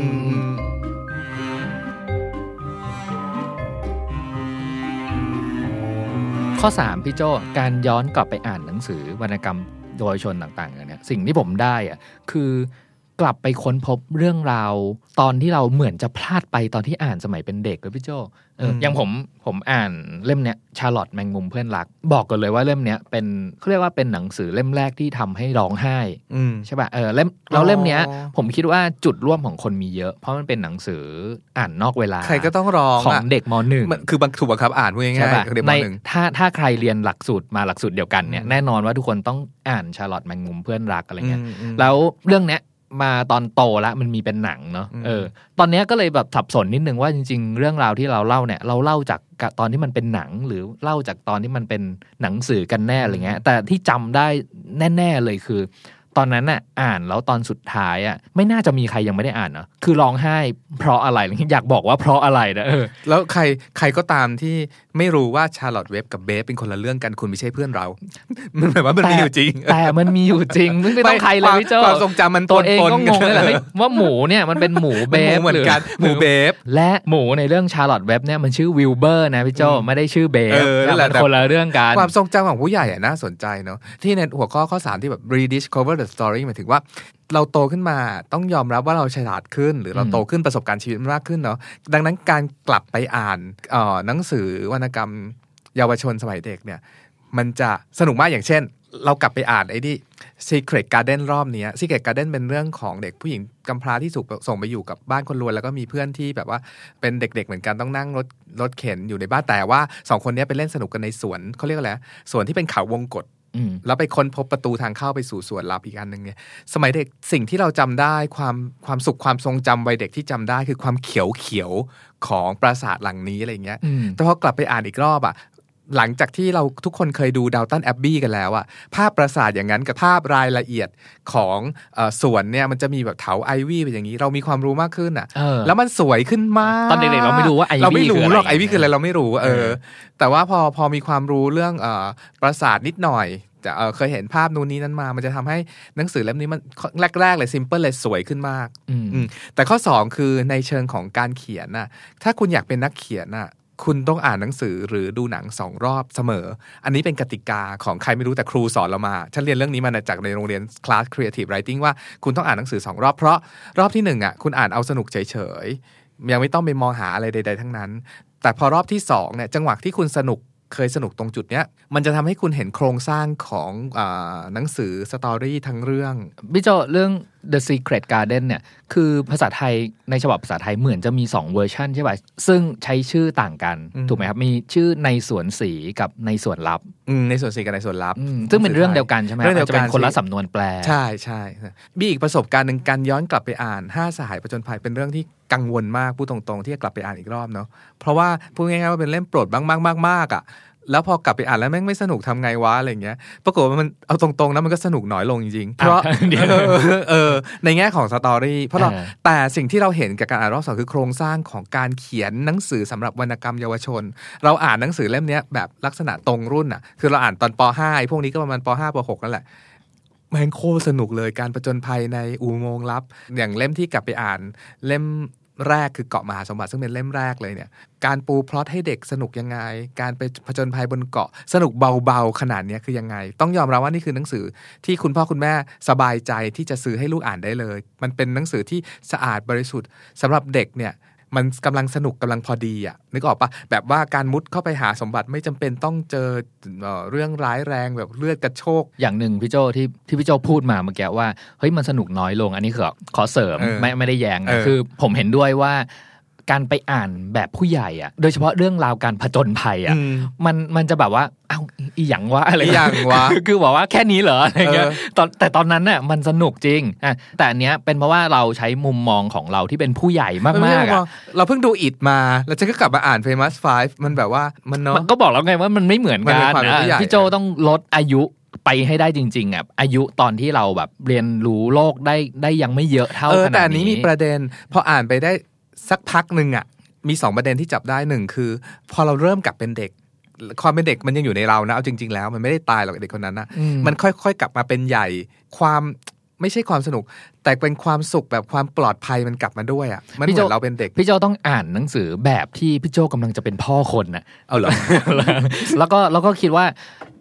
ข้อ3พี่โจการย้อนกลับไปอ่านหนังสือวรรณกรรมเยาวชนต่างๆเนี่ยสิ่งที่ผมได้อะคือกลับไปค้นพบเรื่องราวตอนที่เราเหมือนจะพลาดไปตอนที่อ่านสมัยเป็นเด็กเลยพี่โจอย่างผมอ่านเล่มเนี้ยชาร์ลอตแมงมุมเพื่อนรักบอกกันเลยว่าเล่มเนี้ยเป็นเขาเรียกว่าเป็นหนังสือเล่มแรกที่ทำให้ร้องไห้ใช่ป่ะเล่มเนี้ยผมคิดว่าจุดร่วมของคนมีเยอะเพราะมันเป็นหนังสืออ่านนอกเวลาใครก็ต้องร้องของเด็กม.1 คือบางถูกบังคับอ่านพูดง่ายๆเด็กม.1 ถ้าใครเรียนหลักสูตรมาหลักสูตรเดียวกันเนี่ยแน่นอนว่าทุกคนต้องอ่านชาร์ลอตแมงมุมเพื่อนรักอะไรเงี้ยแล้วเรื่องเนี้ยมาตอนโตแล้วมันมีเป็นหนังเนาะตอนนี้ก็เลยแบบสับสนนิดนึงว่าจริงๆเรื่องราวที่เราเล่าเนี่ยเราเล่าจากตอนที่มันเป็นหนังหรือเล่าจากตอนที่มันเป็นหนังสือกันแน่อะไรเงี้ยแต่ที่จำได้แน่ๆเลยคือตอนนั้นน่ะอ่านแล้วตอนสุดท้ายอ่ะไม่น่าจะมีใครยังไม่ได้อ่านเนาะคือร้องไห้เพราะอะไรอยากบอกว่าเพราะอะไรนะแล้วใครก็ตามที่ไม่รู้ว่าชาร์ลอตเว็บกับเบฟเป็นคนละเรื่องกันคุณไม่ใช่เพื่อนเรามันหมายว่ามันมีอยู่จริงแต่มันมีอยู่จริงไม่ต้องใครเลยพี่โจความทรงจำมันตัวเองก็งงเลยแหละว่าหมูเนี่ยมันเป็นหมูเบฟเหมือนกันหมูเบฟและหมูในเรื่องชาร์ลอตเว็บเนี่ยมันชื่อวิลเบอร์นะพี่โจไม่ได้ชื่อเบฟมันคนละเรื่องกันความทรงจำของผู้ใหญ่น่าสนใจเนาะที่ในหัวข้อ3ที่แบบ rediscover the story หมายถึงว่าเราโตขึ้นมาต้องยอมรับว่าเราฉลาดขึ้นหรือเราโตขึ้นประสบการณ์ชีวิตมากขึ้นเนาะดังนั้นการกลับไปอ่านหนังสือวรรณกรรมเยาวชนสมัยเด็กเนี่ยมันจะสนุกมากอย่างเช่นเรากลับไปอ่านไอ้นี่ Secret Garden รอบนี้ Secret Garden เป็นเรื่องของเด็กผู้หญิงกำพร้าที่ถูกส่งไปอยู่กับบ้านคนรวยแล้วก็มีเพื่อนที่แบบว่าเป็นเด็กๆเหมือนกันต้องนั่งรถเข็นอยู่ในบ้านแต่ว่า2คนนี้ไปเล่นสนุกกันในสวนเขาเรียกอะไรสวนที่เป็นเขาวงกตแล้วไปค้นพบประตูทางเข้าไปสู่สวนลับอีกอันนึงเนี่ยสมัยเด็กสิ่งที่เราจำได้ความสุขความทรงจำวัยเด็กที่จำได้คือความเขียวของปราสาทหลังนี้อะไรเงี้ยแต่พอกลับไปอ่านอีกรอบอ่ะหลังจากที่เราทุกคนเคยดูดาวตันแอบบี้กันแล้วอะภาพปราสาทอย่างนั้นกับภาพรายละเอียดของสวนเนี่ยมันจะมีแบบเถาไอวี่เป็นอย่างนี้เรามีความรู้มากขึ้นอะแล้วมันสวยขึ้นมากตอนเด็กๆเราไม่รู้ว่าไอวี่เราไม่รู้หรอกไอวี่คืออะไรเราไม่รู้แต่ว่าพอมีความรู้เรื่องปราสาทนิดหน่อยจะเคยเห็นภาพนู้นนี้นั้นมามันจะทำให้หนังสือเล่มนี้มันแรกๆเลยซิมเปิลเลยสวยขึ้นมากแต่ข้อ2คือในเชิงของการเขียนน่ะถ้าคุณอยากเป็นนักเขียนน่ะคุณต้องอ่านหนังสือหรือดูหนัง2รอบเสมออันนี้เป็นกติกาของใครไม่รู้แต่ครูสอนเรามาฉันเรียนเรื่องนี้มาจากในโรงเรียนคลาส Creative Writing ว่าคุณต้องอ่านหนังสือ2รอบเพราะรอบที่1อ่ะคุณอ่านเอาสนุกเฉยๆยังไม่ต้องไปมองหาอะไรใดๆทั้งนั้นแต่พอรอบที่2เนี่ยจังหวะที่คุณเคยสนุกตรงจุดเนี้ยมันจะทำให้คุณเห็นโครงสร้างของหนังสือสตอรี่ทั้งเรื่องพี่โจเรื่อง The Secret Garden เนี่ยคือภาษาไทยในฉบับภาษาไทยเหมือนจะมี2เวอร์ชันใช่ป่ะซึ่งใช้ชื่อต่างกันถูกไหมครับมีชื่อในสวนสีกับในสวนลับในสวนสีกับในสวนลับซึ่งเป็นเรื่องเดียวกันใช่ไหมจะเป็นคนละสำนวนแปลใช่ใช่มีอีกประสบการณ์หนึ่งการย้อนกลับไปอ่าน5สหายผจญภัยเป็นเรื่องที่กังวลมากพูดตรงๆที่จะกลับไปอ่านอีกรอบเนาะเพราะว่าพูดง่ายๆว่าเป็นเล่มโปรดมากๆอ่ะแล้วพอกลับไปอ่านแล้วแม่งไม่สนุกทำไงวะอะไรเงี้ยปรากฏว่ามันเอาตรงๆนะมันก็สนุกน้อยลงจริงๆเพราะในแง่ของสตอรี่เพราะเราแต่สิ่งที่เราเห็นกับการอ่านรอบ2คือโครงสร้างของการเขียนหนังสือสำหรับวรรณกรรมเยาวชนเราอ่านหนังสือเล่มนี้แบบลักษณะตรงรุ่นอ่ะคือเราอ่านตอนป.5 พวกนี้ก็ประมาณป.5 ป.6 นั่นแหละแม่งโคตรสนุกเลยการผจญภัยในอุโมงค์ลับอย่างเล่มที่กลับไปอ่านเล่มแรกคือเกาะมหาสมบัติซึ่งเป็นเล่มแรกเลยเนี่ยการปูพล็อตให้เด็กสนุกยังไงการไปผจญภัยบนเกาะสนุกเบาๆขนาดนี้คือยังไงต้องยอมรับว่านี่คือหนังสือที่คุณพ่อคุณแม่สบายใจที่จะซื้อให้ลูกอ่านได้เลยมันเป็นหนังสือที่สะอาดบริสุทธิ์สำหรับเด็กเนี่ยมันกำลังสนุกกำลังพอดีอ่ะนึกออกปะแบบว่าการมุดเข้าไปหาสมบัติไม่จำเป็นต้องเจอเรื่องร้ายแรงแบบเลือดกระโชกอย่างหนึ่งพี่โจที่พี่โจพูดมาเมื่อกี้ว่าเฮ้ยมันสนุกน้อยลงอันนี้คือขอเสริมไม่ได้แย้งคือผมเห็นด้วยว่าการไปอ่านแบบผู้ใหญ่อ่ะโดยเฉพาะเรื่องราวการผจญภัยอ่ะมันจะแบบว่าเอ้าอีหยังวะอะไรอย่างวะคือบอกว่าแค่นี้เหรออะไรเงี้ยแต่ตอนนั้นน่ะมันสนุกจริงแต่อันเนี้ยเป็นเพราะว่าเราใช้มุมมองของเราที่เป็นผู้ใหญ่มากๆอ่ะเราเพิ่งดูอิทมาแล้วฉันก็กลับมาอ่าน Famous Five มันแบบว่ามันก็บอกแล้วไงว่ามันไม่เหมือนกันพี่โจต้องลดอายุไปให้ได้จริงๆอ่ะอายุตอนที่เราแบบเรียนรู้โลกได้ยังไม่เยอะเท่าขนาดนี้แต่อันนี้มีประเด็นพออ่านไปได้สักพักนึงอ่ะมี2ประเด็นที่จับได้1คือพอเราเริ่มกลับเป็นเด็กความเป็นเด็กมันยังอยู่ในเรานะเอาจริงๆแล้วมันไม่ได้ตายหรอกเด็กคนนั้นนะมันค่อยๆกลับมาเป็นใหญ่ความไม่ใช่ความสนุกแต่เป็นความสุขแบบความปลอดภัยมันกลับมาด้วยอ่ะมันเหมือนเราเป็นเด็กพี่โจต้องอ่านหนังสือแบบที่พี่โจกำลังจะเป็นพ่อคนนะเอาเหรอแล้วก็คิดว่า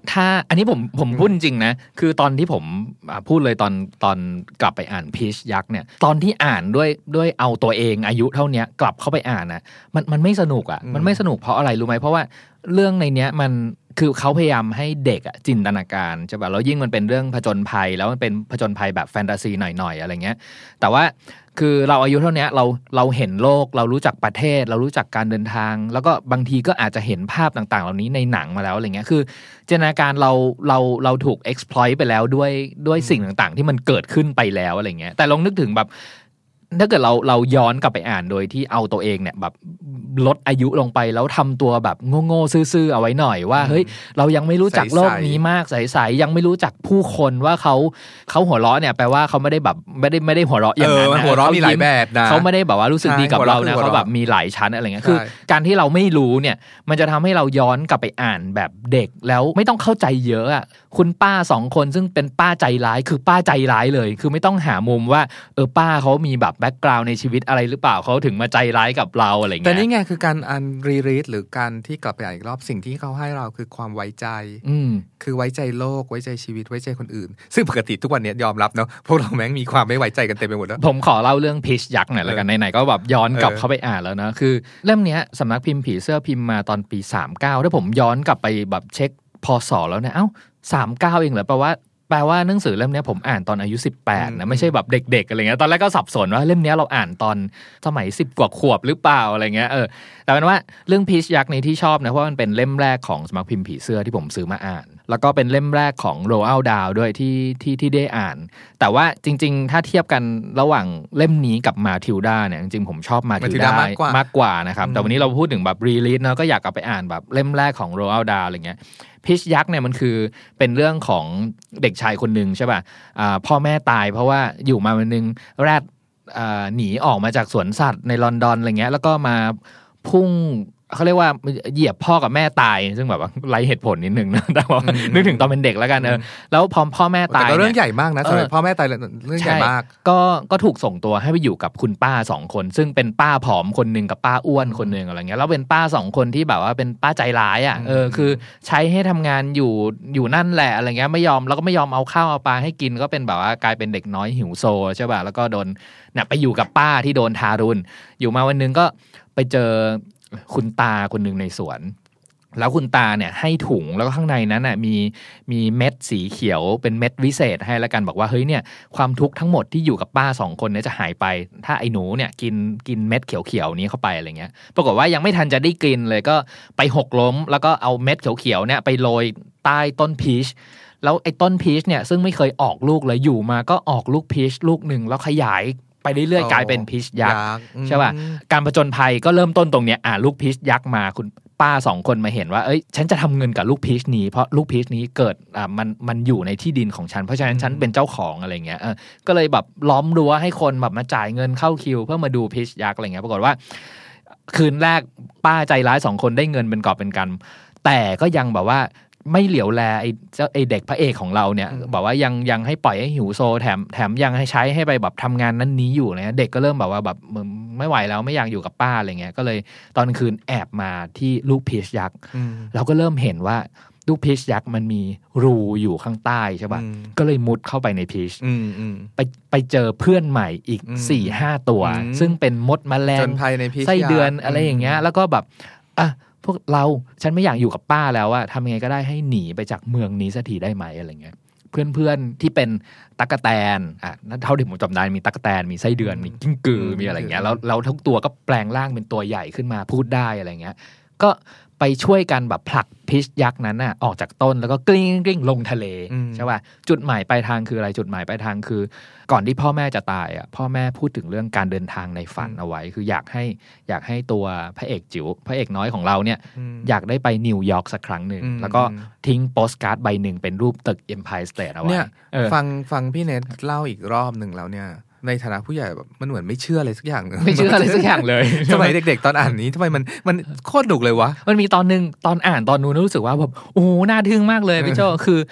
ถ้าอันนี้ผมพูดจริงนะคือตอนที่ผมพูดเลยตอนกลับไปอ่านพีชยักษ์เนี่ยตอนที่อ่านด้วยเอาตัวเองอายุเท่านี้กลับเข้าไปอ่านนะมันไม่สนุกอ่ะมันไม่สนุกเพราะอะไรรู้ไหมเพราะว่าเรื่องในเนี้ยมันคือเขาพยายามให้เด็กอ่ะจินตนาการใช่ป่ะแล้วยิ่งมันเป็นเรื่องผจญภัยแล้วมันเป็นผจญภัยแบบแฟนตาซีหน่อยๆอะไรเงี้ยแต่ว่าคือเราอายุเท่านี้เราเห็นโลกเรารู้จักประเทศเรารู้จักการเดินทางแล้วก็บางทีก็อาจจะเห็นภาพต่างๆเหล่านี้ในหนังมาแล้วอะไรเงี้ยคือจินตนาการเราถูก exploit ไปแล้วด้วยสิ่งต่างๆที่มันเกิดขึ้นไปแล้วอะไรเงี้ยแต่ลองนึกถึงแบบถ้าเกิดเราย้อนกลับไปอ่านโดยที่เอาตัวเองเนี่ยแบบลดอายุลงไปแล้วทำตัวแบบโง่ๆซื่อๆเอาไว้หน่อยว่าเฮ้ยเรายังไม่รู้จักโลกนี้มากใสๆยังไม่รู้จักผู้คนว่าเขาหัวเราะเนี่ยแปลว่าเขาไม่ได้แบบไม่ได้หัวเราะอย่างนั้นนะหัวเราะมีหลายแบบนะเขาไม่ได้แบบว่ารู้สึกดีกับเรานะเขาแบบมีหลายชั้นอะไรเงี้ยคือการที่เราไม่รู้เนี่ยมันจะทำให้เราย้อนกลับไปอ่านแบบเด็กแล้วไม่ต้องเข้าใจเยอะอ่ะคุณป้า2คนซึ่งเป็นป้าใจร้ายคือป้าใจร้ายเลยคือไม่ต้องหามุมว่าป้าเขามีแบบแบ็คกราวด์ในชีวิตอะไรหรือเปล่าเขาถึงมาใจร้ายกับเราอะไรเงี้ยแต่นี่ไงคือการอ่านรีรีดหรือการที่กลับไปอ่านอีกรอบสิ่งที่เขาให้เราคือความไว้ใจคือไว้ใจโลกไว้ใจชีวิตไว้ใจคนอื่นซึ่งปกติทุกวันนี้ยอมรับเนาะพวกเราแม่งมีความไม่ไว้ใจกันเต็มไปหมดแล้วผมขอเล่าเรื่องพีชยักษ์หน่อยแล้วกันไหนๆก็แบบย้อนกลับเข้าไปอ่านแล้วนะคือเล่มนี้สำนักพิมพ์ผีเสื้อพิมพ์มาตอนปี39ถ้าผมย้อนกลับไปแบบเช็คพศแล้วเนี่ย39เองเหรอแปลว่าหนังสือเล่มนี้ผมอ่านตอนอายุ18นะไม่ใช่แบบเด็กๆอะไรเงี้ยตอนแรกก็สับสนว่าเล่มนี้เราอ่านตอนสมัย10กว่าขวบหรือเปล่าอะไรเงี้ยแต่เป็นว่าเรื่องพีชยักษ์ในที่ชอบนะเพราะมันเป็นเล่มแรกของสำนักพิมพ์ผีเสื้อที่ผมซื้อมาอ่านแล้วก็เป็นเล่มแรกของโรอัลดาวด้วยที่ได้อ่านแต่ว่าจริงๆถ้าเทียบกันระหว่างเล่มนี้กับมาทิลดาเนี่ยจริงๆผมชอบมาทิลดามากกว่านะครับแต่วันนี้เราพูดถึงแบบรีลีสเนาะก็อยากกลับไปอ่านแบบเล่มแรกของโรอัลดาวอะไรเงี้ยพีชยักษ์เนี่ยมันคือเป็นเรื่องของเด็กชายคนหนึ่งใช่ป่ะพ่อแม่ตายเพราะว่าอยู่มาวันนึงแรดหนีออกมาจากสวนสัตว์ในลอนดอนอะไรเงี้ยแล้วก็มาพุ่งเขาเรียกว่าเหยียบพ่อกับแม่ตายซึ่งแบบว่าไร้เหตุผลนิดนึงนะแต่ว่านึกถึงตอนเป็นเด็กแล้วกันแล้วพอพ่อแม่ตายแต่ก็เรื่องใหญ่มากนะสำหรับพ่อแม่ตายเรื่องใหญ่มากก็ถูกส่งตัวให้ไปอยู่กับคุณป้า2คนซึ่งเป็นป้าผอมคนนึงกับป้าอ้วนคนนึงอะไรเงี้ยแล้วเป็นป้า2คนที่แบบว่าเป็นป้าใจร้ายอ่ะคือใช้ให้ทำงานอยู่นั่นแหละอะไรเงี้ยไม่ยอมแล้วก็ไม่ยอมเอาข้าวเอาปลาให้กินก็เป็นแบบว่ากลายเป็นเด็กน้อยหิวโซใช่ป่ะแล้วก็โดนเนี่ยไปอยู่กับป้าที่โดนทารุณอยู่มาวันนึงก็ไปเจอคุณตาคนหนึ่งในสวนแล้วคุณตาเนี่ยให้ถุงแล้วก็ข้างในนั้นน่ะมีเม็ดสีเขียวเป็นเม็ดวิเศษให้แล้วกันบอกว่าเฮ้ยเนี่ยความทุกข์ทั้งหมดที่อยู่กับป้า2คนเนี่ยจะหายไปถ้าไอ้หนูเนี่ยกินเม็ดเขียวๆนี้เข้าไปอะไรเงี้ยปรากฏว่ายังไม่ทันจะได้กินเลยก็ไปหกล้มแล้วก็เอาเม็ดเขียวๆเนี่ยไปโรยใต้ต้นพีชแล้วไอ้ต้นพีชเนี่ยซึ่งไม่เคยออกลูกเลยอยู่มาก็ออกลูกพีชลูกนึงแล้วขยายไปเรื่อยๆกลายเป็นพีชยักษ์ใช่ป่ะการผจญภัยก็เริ่มต้นตรงเนี้ยลูกพีชยักษ์มาคุณป้า2คนมาเห็นว่าเอ้ยฉันจะทำเงินกับลูกพีชนี้เพราะลูกพีชนี้เกิดมันอยู่ในที่ดินของฉันเพราะฉะนั้นฉันเป็นเจ้าของอะไรเงี้ยก็เลยแบบล้อมรั้วให้คนแบบมาจ่ายเงินเข้าคิวเพื่อมาดูพีชยักษ์อะไรเงี้ยปรากฏว่าคืนแรกป้าใจร้าย2คนได้เงินเป็นกอบเป็นกำแต่ก็ยังแบบว่าไม่เหลียวแลไอ้เด็กพระเอกของเราเนี่ยบอกว่ายังให้ปล่อยให้หิวโซแถมยังให้ใช้ให้ไปแบบทำงานนั้นนี้อยู่เลยเด็กก็เริ่มแบบว่าแบบไม่ไหวแล้วไม่อยากอยู่กับป้าอะไรเงี้ยก็เลยตอนคืนแอบมาที่ลูกพีชยักษ์เราก็เริ่มเห็นว่าลูกพีชยักษ์มันมีรูอยู่ข้างใต้ใช่ป่ะก็เลยมุดเข้าไปในพีชไปเจอเพื่อนใหม่อีก 4-5 ตัวซึ่งเป็นมดแมลงไส้เดือนอะไรอย่างเงี้ยแล้วก็แบบพวกฉันไม่อยากอยู่กับป้าแล้วอะทำยังไงก็ได้ให้หนีไปจากเมืองนี้สักทีได้ไหมอะไรเงี้ยเพื่อนๆที่เป็นตั๊กแตนเท่าที่ผมจำได้มีตั๊กแตนมีไส้เดือนมีกิ้งกือมีอะไรเงี้ยแล้วทุกตัวก็แปลงร่างเป็นตัวใหญ่ขึ้นมาพูดได้อะไรเงี้ยก็ไปช่วยกันแบบผลักพีชยักษ์นั้นน่ะออกจากต้นแล้วก็กลิ้งลงทะเลใช่ป่ะจุดหมายปลายทางคืออะไรจุดหมายปลายทางคือก่อนที่พ่อแม่จะตายอ่ะพ่อแม่พูดถึงเรื่องการเดินทางในฝันเอาไว้คืออยากให้ตัวพระเอกจิ๋วพระเอกน้อยของเราเนี่ยอยากได้ไปนิวยอร์กสักครั้งหนึ่งแล้วก็ทิ้งโปสการ์ดใบหนึ่งเป็นรูปตึก Empire State เอาไว้เนี่ยฟังพี่เนทเล่าอีกรอบหนึ่งแล้วเนี่ยในฐานะผู้ใหญ่แบบมันเหมือนไม่เชื่ออะไรสักอย่างไม่เชื่ออะไรสักอย่างเลยสมัยเด็กๆตอนอ่านนี้ทำไมมันโคตรดุเลยวะมันมีตอนนึงตอนอ่านตอนนู้นรู้สึกว่าแบบโอ้โหน่าทึ่งมากเลยพี่โจคือ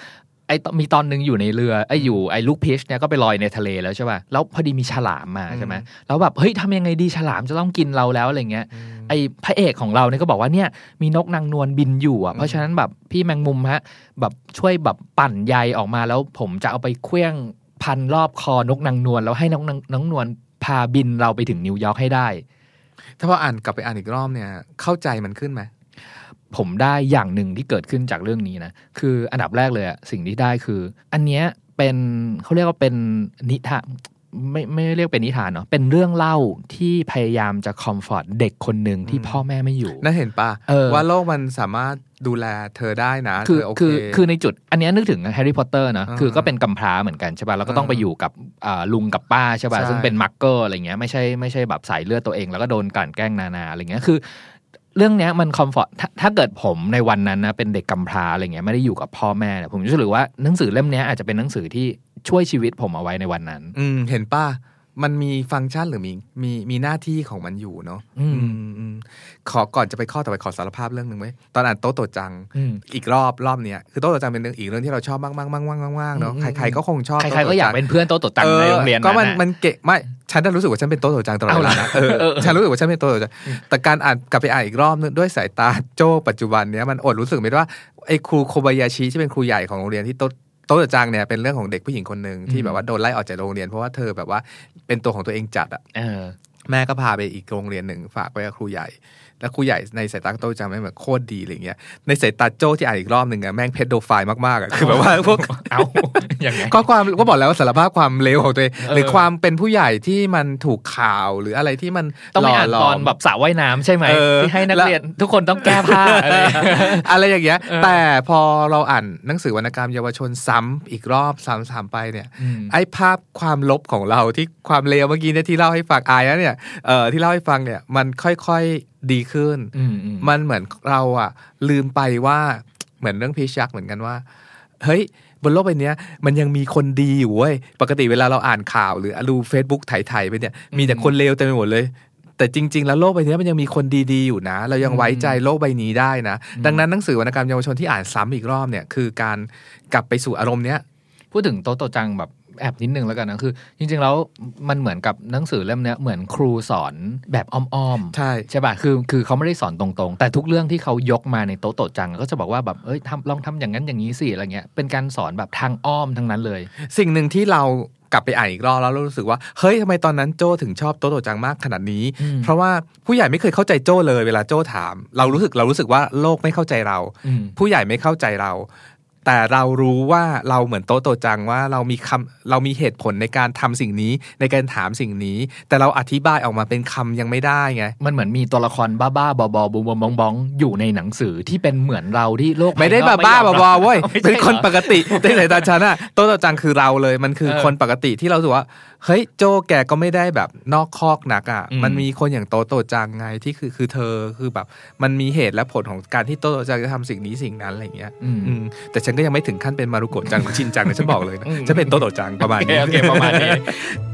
มีตอนนึงอยู่ในเรืออยู่ลูกพีชเนี่ยก็ไปลอยในทะเลแล้วใช่ป่ะแล้วพอดีมีฉลามมาใช่ไหมแล้วแบบเฮ้ยทำยังไงดีฉลามจะต้องกินเราแล้วอะไรเงี้ยไอ้พระเอกของเราเนี่ยก็บอกว่าเนี่ยมีนกนางนวลบินอยู่เพราะฉะนั้นแบบพี่แมงมุมฮะแบบช่วยแบบปั่นใยออกมาแล้วผมจะเอาไปเคลื่องพันรอบคอนกนางนวลแล้วให้นกนางนวลพาบินเราไปถึงนิวยอร์กให้ได้ถ้าพออ่านกลับไปอ่านอีกรอบเนี่ยเข้าใจมันขึ้นไหมผมได้อย่างหนึ่งที่เกิดขึ้นจากเรื่องนี้นะคืออันดับแรกเลยอะสิ่งที่ได้คืออันเนี้ยเป็นเขาเรียกว่าเป็นนิทานไม่เรียกเป็นนิทานเนาะเป็นเรื่องเล่าที่พยายามจะคอมฟอร์ตเด็กคนหนึ่งที่พ่อแม่ไม่อยู่น่าเห็นป่ะว่าโลกมันสามารถดูแลเธอได้นะคือในจุดอันนี้นึกถึงแฮร์รี่พอตเตอร์นะคือก็เป็นกำพร้าเหมือนกันใช่ป่ะแล้วก็ต้องไปอยู่กับลุงกับป้าใช่ป่ะซึ่งเป็นมักเกอร์อะไรเงี้ยไม่ใช่แบบสายเลือดตัวเองแล้วก็โดนกลั่นแกล้งนาอะไรเงี้ยคือเรื่องนี้มันคอมฟอร์ตถ้าเกิดผมในวันนั้นนะเป็นเด็กกำพร้าอะไรเงี้ยไม่ได้อยู่กับพ่อแม่เนี่ยผมรู้สึกว่าหนังสือเล่มนี้อาจจะเป็นหนังสือที่ช่วยชีวิตผมเอาไว้ในวันนั้นเห็นป่ะมันมีฟังก์ชันหรือมีหน้าที่ของมันอยู่เนาะก่อนจะไปข้อต่อไปขอสารภาพเรื่องนึงไหมตอนอ่านโต๊ะโตจังอีกรอบเนี้ยคือโต๊ะโตจังเป็นอีกเรื่องที่เราชอบมากเนาะใครๆก็คงชอบใครๆก็อยากเป็นเพื่อนโต๊ะโตจังในโรงเรียนก็มันเก๋ไม่ฉันรู้สึกว่าฉันเป็นโต๊ะโตจังตลอดเวลานะฉันรู้สึกว่าฉันเป็นโต๊ะโตจังแต่การอ่านกลับไปอ่านอีกรอบนึงด้วยสายตาโจ้ปัจจุบันเนี้ยมันอดรู้สึกไม่ได้ว่าไอ้ครูโคบายาชิที่เป็นครูใหญ่ของโรงเรียนที่โต๊ะจังเนี่ยเป็นเรื่องของเด็กผู้หญิงคนหนึ่งที่แบบว่าโดนไล่ออกจากโรงเรียนเพราะว่าเธอแบบว่าเป็นตัวของตัวเองจัดแม่ก็พาไปอีกโรงเรียนหนึ่งฝากไว้กับครูใหญ่แล้วครูใหญ่ในสายตาโต้จังแม่งแบบโคตรดีอะไรเงี้ยในสายตาโจ้ที่อ่านอีกรอบนึงอะแม่งเพดโดไฟล์มากๆอะคือแบบว่าพวกอย่างไงความก็บอกแล้วว่าสารภาพความเลวของตัวเองหรือความเป็นผู้ใหญ่ที่มันถูกข่าวหรืออะไรที่มันต้องไม่อ่านตอนแบบสระว่ายน้ำใช่ไหมที่ให้นักเรียนทุกคนต้องแก้ผ้าอะไรอย่างเงี้ยแต่พอเราอ่านหนังสือวรรณกรรมเยาวชนซ้ำอีกรอบซ้ำไปเนี่ยไอ้ภาพความลบของเราที่ความเลวเมื่อกี้เนี่ยที่เล่าให้ฟังอายนะเนี่ยที่เล่าให้ฟังเนี่ยมันค่อยๆดีขึ้นมันเหมือนเราอะลืมไปว่าเหมือนเรื่องพีชยักษ์เหมือนกันว่าเฮ้ยบนโลกใบนี้มันยังมีคนดีอยู่เว้ยปกติเวลาเราอ่านข่าวหรือดู Facebook ไถๆไปเนี่ยมีแต่คนเลวเต็มไปหมดเลยแต่จริงๆแล้วโลกใบนี้มันยังมีคนดีๆอยู่นะเรายังไว้ใจโลกใบนี้ได้นะดังนั้นหนังสือวรรณกรรมเยาวชนที่อ่านซ้ำอีกรอบเนี่ยคือการกลับไปสู่อารมณ์เนี้ยพูดถึงโตโตจังแบบแอบนิดนึงแล้วกันนะคือจริงๆแล้วมันเหมือนกับหนังสือเล่มนี้เหมือนครูสอนแบบอ้อมๆใช่ป่ะคือเขาไม่ได้สอนตรงๆแต่ทุกเรื่องที่เขายกมาในโต๊ะโตจังก็จะบอกว่าแบบลองทำอย่างนั้นอย่างนี้สิอะไรเงี้ยเป็นการสอนแบบทางอ้อมทั้งนั้นเลยสิ่งหนึ่งที่เรากลับไปอ่านอีกรอบแล้วรู้สึกว่าเฮ้ยทำไมตอนนั้นโจ้ถึงชอบโต๊ะโตจังมากขนาดนี้เพราะว่าผู้ใหญ่ไม่เคยเข้าใจโจ้เลยเวลาโจ้ถามเรารู้สึกว่าโลกไม่เข้าใจเราผู้ใหญ่ไม่เข้าใจเราแต่เรารู้ว่าเราเหมือนโต๊ะโตจังว่าเรามีเหตุผลในการทำสิ่งนี้ในการถามสิ่งนี้แต่เราอธิบายออกมาเป็นคำยังไม่ได้ไงมันเหมือนมีตัวละครบ้าๆบอๆบูมๆบ้องๆอยู่ในหนังสือที่เป็นเหมือนเราที่โลกไม่ได้บ้าๆบอๆเว้ยเป็นคนปกติในสายตาฉันอะโต๊ะโตจังคือเราเลยมันคือคนปกติที่เรารู้สึกว่าเฮ้ยโจแกก็ไม่ได้แบบนอกคอกนักอ่ะมันมีคนอย่างโตจังไงที่คือเธอคือแบบมันมีเหตุและผลของการที่โตจังจะทำสิ่งนี้สิ่งนั้นอะไรเงี้ยแต่ฉันก็ยังไม่ถึงขั้นเป็นมารุโกะจังชินจังนะฉันบอกเลยนะฉันเป็นโตจังประมาณนี้โอเคประมาณนี้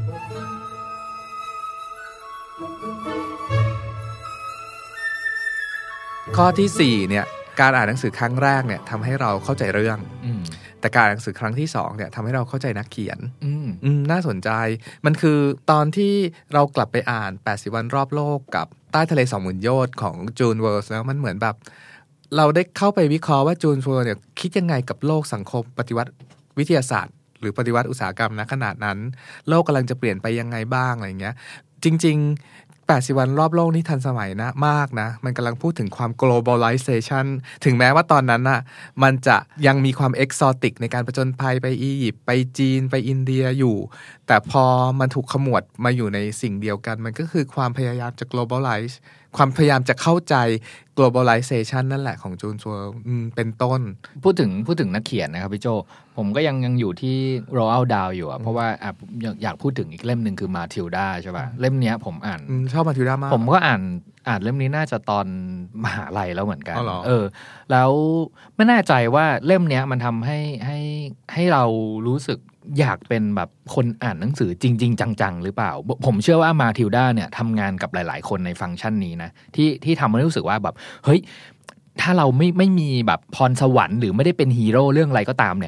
ข้อที่4เนี่ยการอ่านหนังสือครั้งแรกเนี่ยทำให้เราเข้าใจเรื่องแต่การอ่านหนังสือครั้งที่2เนี่ยทำให้เราเข้าใจนักเขียนน่าสนใจมันคือตอนที่เรากลับไปอ่าน80วันรอบโลกกับใต้ทะเล 20,000 โยชน์ของจูนเวิร์สแล้วมันเหมือนแบบเราได้เข้าไปวิเคราะห์ว่าจูนเวิร์สเนี่ยคิดยังไงกับโลกสังคมปฏิวัติวิทยาศาสตร์หรือปฏิวัติอุตสาหกรรมณขนาดนั้นโลกกำลังจะเปลี่ยนไปยังไงบ้างอะไรเงี้ยจริงๆ80วันรอบโลกนี่ทันสมัยนะมากนะมันกำลังพูดถึงความ globalization ถึงแม้ว่าตอนนั้นน่ะมันจะยังมีความ exotic ในการผจญภัยไปอียิปต์ไปจีนไปอินเดียอยู่แต่พอมันถูกขมวดมาอยู่ในสิ่งเดียวกันมันก็คือความพยายามจะ globalize ความพยายามจะเข้าใจ globalization นั่นแหละของจูนซัวเป็นต้นพูดถึงนักเขียนนะครับพี่โจผมก็ยังอยู่ที่ Roald Dahl อยู่เพราะว่าอยากพูดถึงอีกเล่มนึงคือ Matilda ใช่ป่ะเล่มนี้ผมอ่านชอบ Matilda มากผมก็อ่านเล่มนี้น่าจะตอนมหาลัยแล้วเหมือนกันแล้วไม่แน่ใจว่าเล่มนี้มันทำให้เรารู้สึกอยากเป็นแบบคนอ่านหนังสือจริงๆจังๆหรือเปล่าผมเชื่อว่ามาทิลดาเนี่ยทำงานกับหลายๆคนในฟังก์ชันนี้นะที่ทำให้รู้สึกว่าแบบเฮ้ยถ้าเราไม่มีแบบพรสวรรค์หรือไม่ได้เป็นฮีโร่เรื่องอะไรก็ตามเนี่ย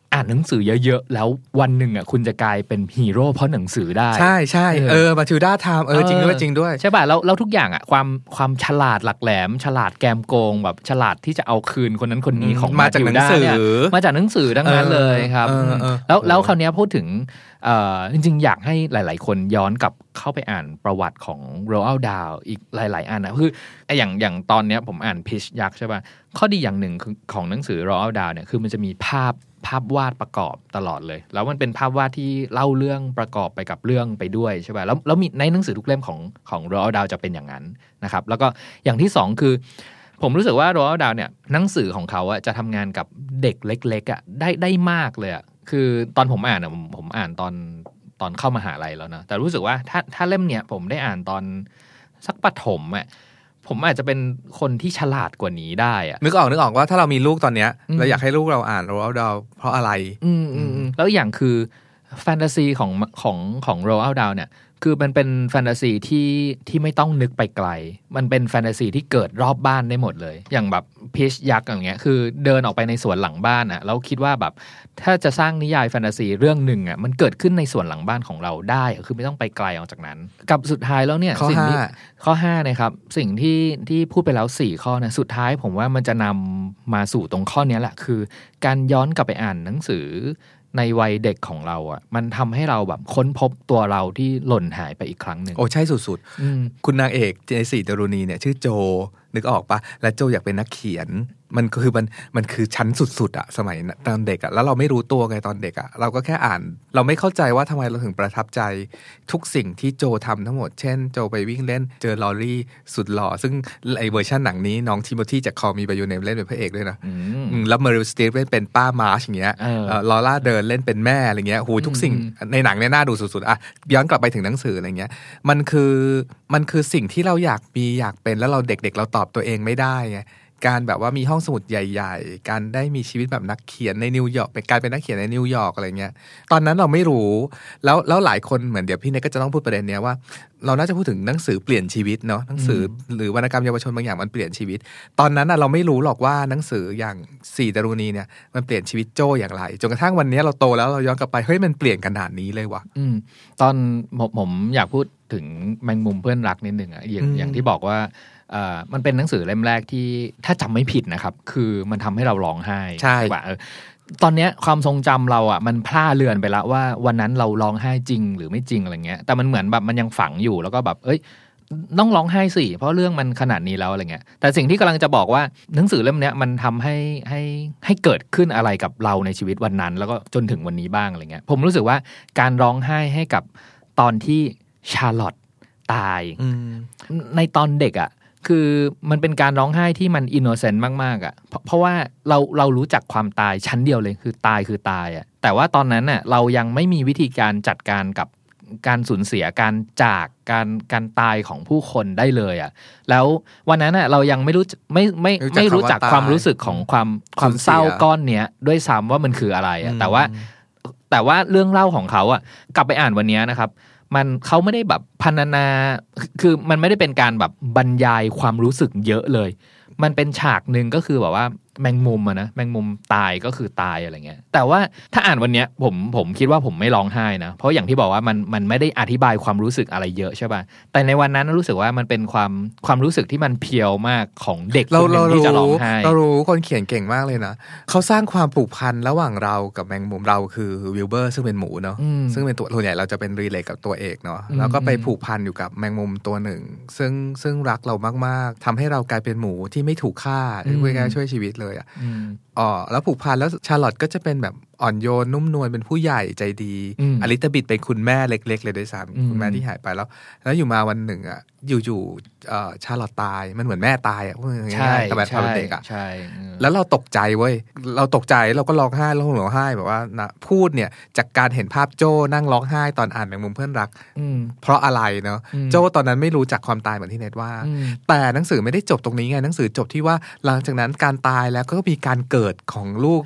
อ่านหนังสือเยอะๆแล้ววันหนึ่งอ่ะคุณจะกลายเป็นฮีโร่เพราะหนังสือได้ใช่ใช่มาทิลดาทำจริงด้วยจริงด้วยใช่ป่ะแล้วทุกอย่างอ่ะความฉลาดหลักแหลมฉลาดแกมโกงแบบฉลาดที่จะเอาคืนคนนั้นคนนี้ของมาจากหนังสือมาจากหนังสือทั้งนั้นเลยครับแล้วคราวนี้พูดถึงจริงๆอยากให้หลายๆคนย้อนกลับเข้าไปอ่านประวัติของ Roald Dahl อีกหลายๆอันนะคืออย่างตอนเนี้ยผมอ่าน Pitch ยักษ์ใช่ป่ะข้อดีอย่างหนึ่งของหนังสือ Roald Dahl เนี่ยคือมันจะมีภาพวาดประกอบตลอดเลยแล้วมันเป็นภาพวาดที่เล่าเรื่องประกอบไปกับเรื่องไปด้วยใช่ป่ะแล้วมีในหนังสือทุกเล่มของ Roald Dahl จะเป็นอย่างนั้นนะครับแล้วก็อย่างที่สองคือผมรู้สึกว่า Roald Dahl เนี่ยหนังสือของเขาอะจะทำงานกับเด็กเล็กๆอะได้มากเลยอะคือตอนผมอ่านอะผมอ่านตอนเข้ามหาลัยแล้วนะแต่รู้สึกว่าถ้าเล่มเนี้ยผมได้อ่านตอนสักประถมอะผมอาจจะเป็นคนที่ฉลาดกว่านี้ได้อะนึกออกว่าถ้าเรามีลูกตอนเนี้ยเราอยากให้ลูกเราอ่านRoald Dahlเพราะอะไรแล้วอย่างคือแฟนตาซีของ Roald Dahl เนี่ยคือมันเป็นแฟนตาซีที่ไม่ต้องนึกไปไกลมันเป็นแฟนตาซีที่เกิดรอบบ้านได้หมดเลยอย่างแบบพีชยักษ์อย่างเงี้ยคือเดินออกไปในสวนหลังบ้านอะแล้วคิดว่าแบบถ้าจะสร้างนิยายแฟนตาซีเรื่องหนึ่งอะมันเกิดขึ้นในสวนหลังบ้านของเราได้คือไม่ต้องไปไกลออกจากนั้นกับสุดท้ายแล้วเนี่ยสิ่งที่ข้อ5นะครับสิ่งที่พูดไปแล้ว4ข้อนะสุดท้ายผมว่ามันจะนำมาสู่ตรงข้อนี้แหละคือการย้อนกลับไปอ่านหนังสือในวัยเด็กของเราอ่ะมันทำให้เราแบบค้นพบตัวเราที่หล่นหายไปอีกครั้งหนึ่งโอ้ใช่สุดๆคุณนางเอกใน4 ดารุณีเนี่ยชื่อโจนึกออกปะและโจอยากเป็นนักเขียนมันคือชั้นสุดๆอะสมัยตอนเด็กอะแล้วเราไม่รู้ตัวไงตอนเด็กอะเราก็แค่อ่านเราไม่เข้าใจว่าทำไมเราถึงประทับใจทุกสิ่งที่โจทำทั้งหมดเช่นโจไปวิ่งเล่นเจอลอรี่สุดหล่อซึ่งไอเวอร์ชันหนังนี้น้องทิโมธีจากCall Me by Your Nameเล่นเป็นพระเอกด้วยนะแล้วเมริล สตรีปเล่นเป็นป้ามาร์ชอย่างเงี้ยลอร่าเดินเล่นเป็นแม่อะไรเงี้ยโหทุกสิ่งในหนังเนี่ยน่าดูสุดๆอะย้อนกลับไปถึงหนังสืออะไรเงี้ยมันคือสิ่งที่เราอยากเป็นแล้วเราเด็กๆเราตอบตัวเองไม่ได้ไงการแบบว่ามีห้องสมุดใหญ่ๆการได้มีชีวิตแบบนักเขียนในนิวยอร์กเป็นการเป็นนักเขียนในนิวยอร์กอะไรเงี้ยตอนนั้นเราไม่รู้แล้วหลายคนเหมือนเดี๋ยวพี่เนยก็จะต้องพูดประเด็นเนี้ยว่าเราน่าจะพูดถึงหนังสือเปลี่ยนชีวิตเนาะหนังสือหรือวรรณกรรมเยาวชนบางอย่างมันเปลี่ยนชีวิตตอนนั้นเราไม่รู้หรอกว่าหนังสืออย่าง4 ดารุณีเนี่ยมันเปลี่ยนชีวิตโจ้อย่างไรจนกระทั่งวันนี้เราโตแล้วเราย้อนกลับไปเฮ้ยมันเปลี่ยนขนาดนี้เลยว่ะตอนผมอยากพูดถึงแมงมุมเพื่อนรักนิดนึงอย่างที่บอกว่ามันเป็นหนังสือเล่มแรกที่ถ้าจำไม่ผิดนะครับคือมันทำให้เราร้องไห้ใช่ป่ะตอนนี้ความทรงจำเราอ่ะมันพล่าเลือนไปแล้วว่าวันนั้นเราร้องไห้จริงหรือไม่จริงอะไรเงี้ยแต่มันเหมือนแบบมันยังฝังอยู่แล้วก็แบบต้องร้องไห้สิเพราะเรื่องมันขนาดนี้แล้วอะไรเงี้ยแต่สิ่งที่กำลังจะบอกว่าหนังสือเล่มนี้มันทำให้เกิดขึ้นอะไรกับเราในชีวิตวันนั้นแล้วก็จนถึงวันนี้บ้างอะไรเงี้ยผมรู้สึกว่าการร้องไห้ให้กับตอนที่ชาร์ลอตตายในตอนเด็กอ่ะคือมันเป็นการร้องไห้ที่มันอินโนเซนต์มากๆอ่ะเพราะว่าเรารู้จักความตายชั้นเดียวเลยคือตายอ่ะแต่ว่าตอนนั้นน่ะเรายังไม่มีวิธีการจัดการกับการสูญเสียการจากการตายของผู้คนได้เลยอ่ะแล้ววันนั้นน่ะเรายังไม่รู้จักความรู้สึกของความเศร้าก้อนเนี้ยด้วยซ้ำว่ามันคืออะไรอ่ะแต่ว่าเรื่องเล่าของเขาอ่ะกลับไปอ่านวันนี้นะครับเขาไม่ได้แบบพรรณนาคือมันไม่ได้เป็นการแบบบรรยายความรู้สึกเยอะเลยมันเป็นฉากนึงก็คือแบบว่าแมงมุมอะนะแมงมุมตายก็คือตายอะไรเงี้ยแต่ว่าถ้าอ่านวันเนี้ยผมคิดว่าผมไม่ร้องไห้นะเพราะอย่างที่บอกว่ามันไม่ได้อธิบายความรู้สึกอะไรเยอะใช่ป่ะแต่ในวันนั้นรู้สึกว่ามันเป็นความรู้สึกที่มันเพียวมากของเด็กคนนึงที่จะร้องไห้เรารู้คนเขียนเก่งมากเลยนะเขาสร้างความผูกพันระหว่างเรากับแมงมุมเราคือวิลเบอร์ซึ่งเป็นหมูเนาะซึ่งเป็นตัวใหญ่เราจะเป็นรีเลทกับตัวเอกเนาะแล้วก็ไปผูกพันอยู่กับแมงมุมตัวหนึ่งซึ่งรักเรามากๆทำให้เรากลายเป็นหมูที่ไม่ถูกฆ่าเพื่อช่วยชีวิตเลยอ่ะแล้วผูกพันแล้วชาร์ลอตก็จะเป็นแบบอ่อนโยนนุ่มนวลเป็นผู้ใหญ่ใจดีอลิซาเบธเป็นคุณแม่เล็กๆเลยด้วยซ้ำคุณแม่ที่หายไปแล้วอยู่มาวันหนึ่งอ่ะอยู่ชาร์ลอตตายมันเหมือนแม่ตายอ่ะง่ายๆแต่แบบตอนเด็กอ่ะแล้วเราตกใจเว้ยเราตกใจเราก็ร้องไห้ร้องไห้แบบว่านะพูดเนี่ยจากการเห็นภาพโจ้นั่งร้องไห้ตอนอ่านแมงมุมเพื่อนรักเพราะอะไรเนาะโจ้ตอนนั้นไม่รู้จักความตายเหมือนที่เน็ตว่าแต่หนังสือไม่ได้จบตรงนี้ไงหนังสือจบที่ว่าหลังจากนั้นการตายแล้วก็มีการเกิดของลูก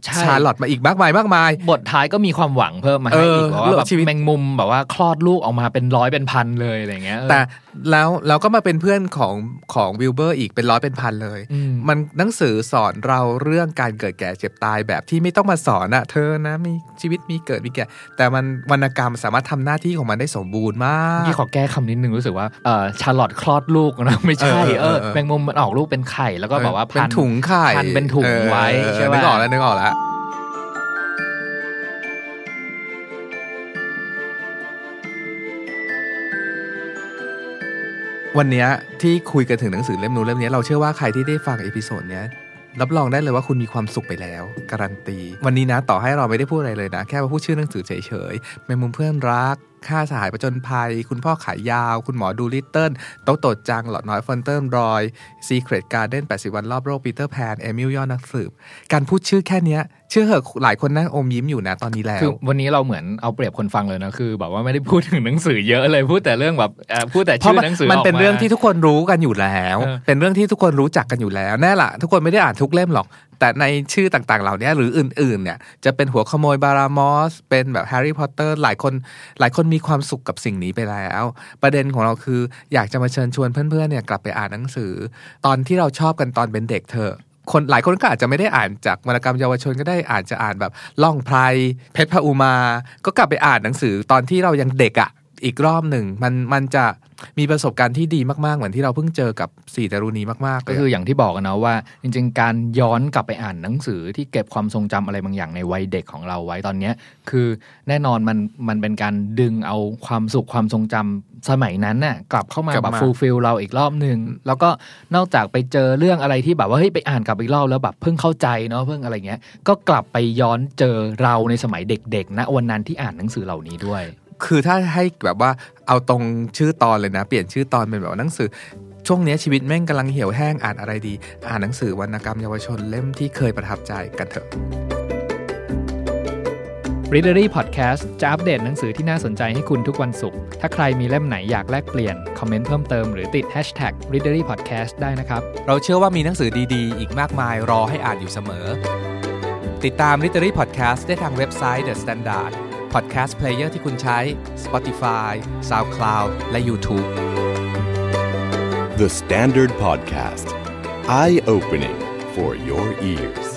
ชาร์ลอตมาอีกมากมายบทท้ายก็มีความหวังเพิ่มมาให้อีกว่าแบบแมงมุมแบบว่าคลอดลูกออกมาเป็นร้อยเป็นพันเลยอะไรเงี้ยแต่แล้วเราก็มาเป็นเพื่อนของวิลเบอร์อีกเป็นร้อยเป็นพันเลยมันหนังสือสอนเราเรื่องการเกิดแก่เจ็บตายแบบที่ไม่ต้องมาสอนอะเธอนะมีชีวิตมีเกิดมีแก่แต่มันวรรณกรรมสามารถทำหน้าที่ของมันได้สมบูรณ์มากที่ขอแก้คำนิดนึงรู้สึกว่าชาร์ลอตคลอดลูกนะไม่ใช่แมงมุมมันออกลูกเป็นไข่แล้วก็แบบว่าเป็นถุงไข่พันเป็นถุงไว้ใช่ไหมนึกออกแล้ววันนี้ที่คุยกันถึงหนังสือเล่มนู้นเล่มนี้เราเชื่อว่าใครที่ได้ฟังเอพิโซดเนี้ยรับรองได้เลยว่าคุณมีความสุขไปแล้วการันตีวันนี้นะต่อให้เราไม่ได้พูดอะไรเลยนะแค่มาพูดชื่อหนังสือเฉยๆแมงมุมเพื่อนรักข้าสหายผจญภัยคุณพ่อขายยาวคุณหมอดูลิตเติ้ลโต๊ะโตดจังหลอดน้อยฟอนเติร์นรอยซีเครตการ์เด้น80วันรอบโลกปีเตอร์แพนเอมิลยอดนักสืบการพูดชื่อแค่นี้เชื่อเหอะหลายคนนั่งอมยิ้มอยู่นะตอนนี้แล้วคือวันนี้เราเหมือนเอาเปรียบคนฟังเลยนะคือแบบว่าไม่ได้พูดถึงหนังสือเยอะเลยพูดแต่เรื่องแบบพูดแต่ชื่อหนังสือมันเป็นเรื่องที่ทุกคนรู้กันอยู่แล้วเป็นเรื่องที่ทุกคนรู้จักกันอยู่แล้วแน่ละทุกคนไม่ได้อ่านทุกเล่มหรอกแต่ในชื่อต่างๆเหล่านี้หรืออื่นๆเนี่ยจะเป็นหัวขโมยบารามอสเป็นแบบแฮร์รี่พอตเตอร์หลายคนมีความสุขกับสิ่งนี้ไปแล้วประเด็นของเราคืออยากจะมาเชิญชวนเพื่อนๆเนี่ยกลับไปอ่านหนังสือตอนที่เราชอบกันตอนเป็นเด็กเถอะหลายคนก็อาจจะไม่ได้อ่านจากวรรณกรรมเยาวชนก็ได้อาจจะอ่านแบบล่องไพรเพชรพอุมาก็กลับไปอ่านหนังสือตอนที่เรายังเด็กอีกรอบหนึ่งมันจะมีประสบการณ์ที่ดีมากๆเหมือนที่เราเพิ่งเจอกับ4ดารุณีมากๆก็คืออย่างที่บอกกันนะว่าจริงๆการย้อนกลับไปอ่านหนังสือที่เก็บความทรงจำอะไรบางอย่างในวัยเด็กของเราไว้ตอนนี้คือแน่นอนมันเป็นการดึงเอาความสุขความทรงจำสมัยนั้นน่ะกลับเข้ามาแบบฟูลฟิลเราอีกรอบนึงแล้วก็นอกจากไปเจอเรื่องอะไรที่แบบว่าเฮ้ยไปอ่านกลับอีกรอบแล้วแบบเพิ่งเข้าใจเนาะเพิ่งอะไรเงี้ยก็กลับไปย้อนเจอเราในสมัยเด็กๆนะวันนั้นที่อ่านหนังสือเหล่านี้ด้วยคือถ้าให้แบบว่าเอาตรงชื่อตอนเลยนะเปลี่ยนชื่อตอนเป็นแบบหนังสือช่วงนี้ชีวิตแม่งกำลังเหี่ยวแห้งอ่านอะไรดีอ่านหนังสือวรรณกรรมเยาวชนเล่มที่เคยประทับใจกันเถอะ Readery Podcast จะอัปเดตหนังสือที่น่าสนใจให้คุณทุกวันศุกร์ถ้าใครมีเล่มไหนอยากแลกเปลี่ยนคอมเมนต์เพิ่มเติมหรือติด Hashtag Readery Podcast ได้นะครับเราเชื่อว่ามีหนังสือดีๆอีกมากมายรอให้อ่านอยู่เสมอติดตาม Readery Podcast ได้ทางเว็บไซต์ The Standard Podcast Player ที่คุณใช้ Spotify, SoundCloud และ YouTube The Standard Podcast Eye Opening for your ears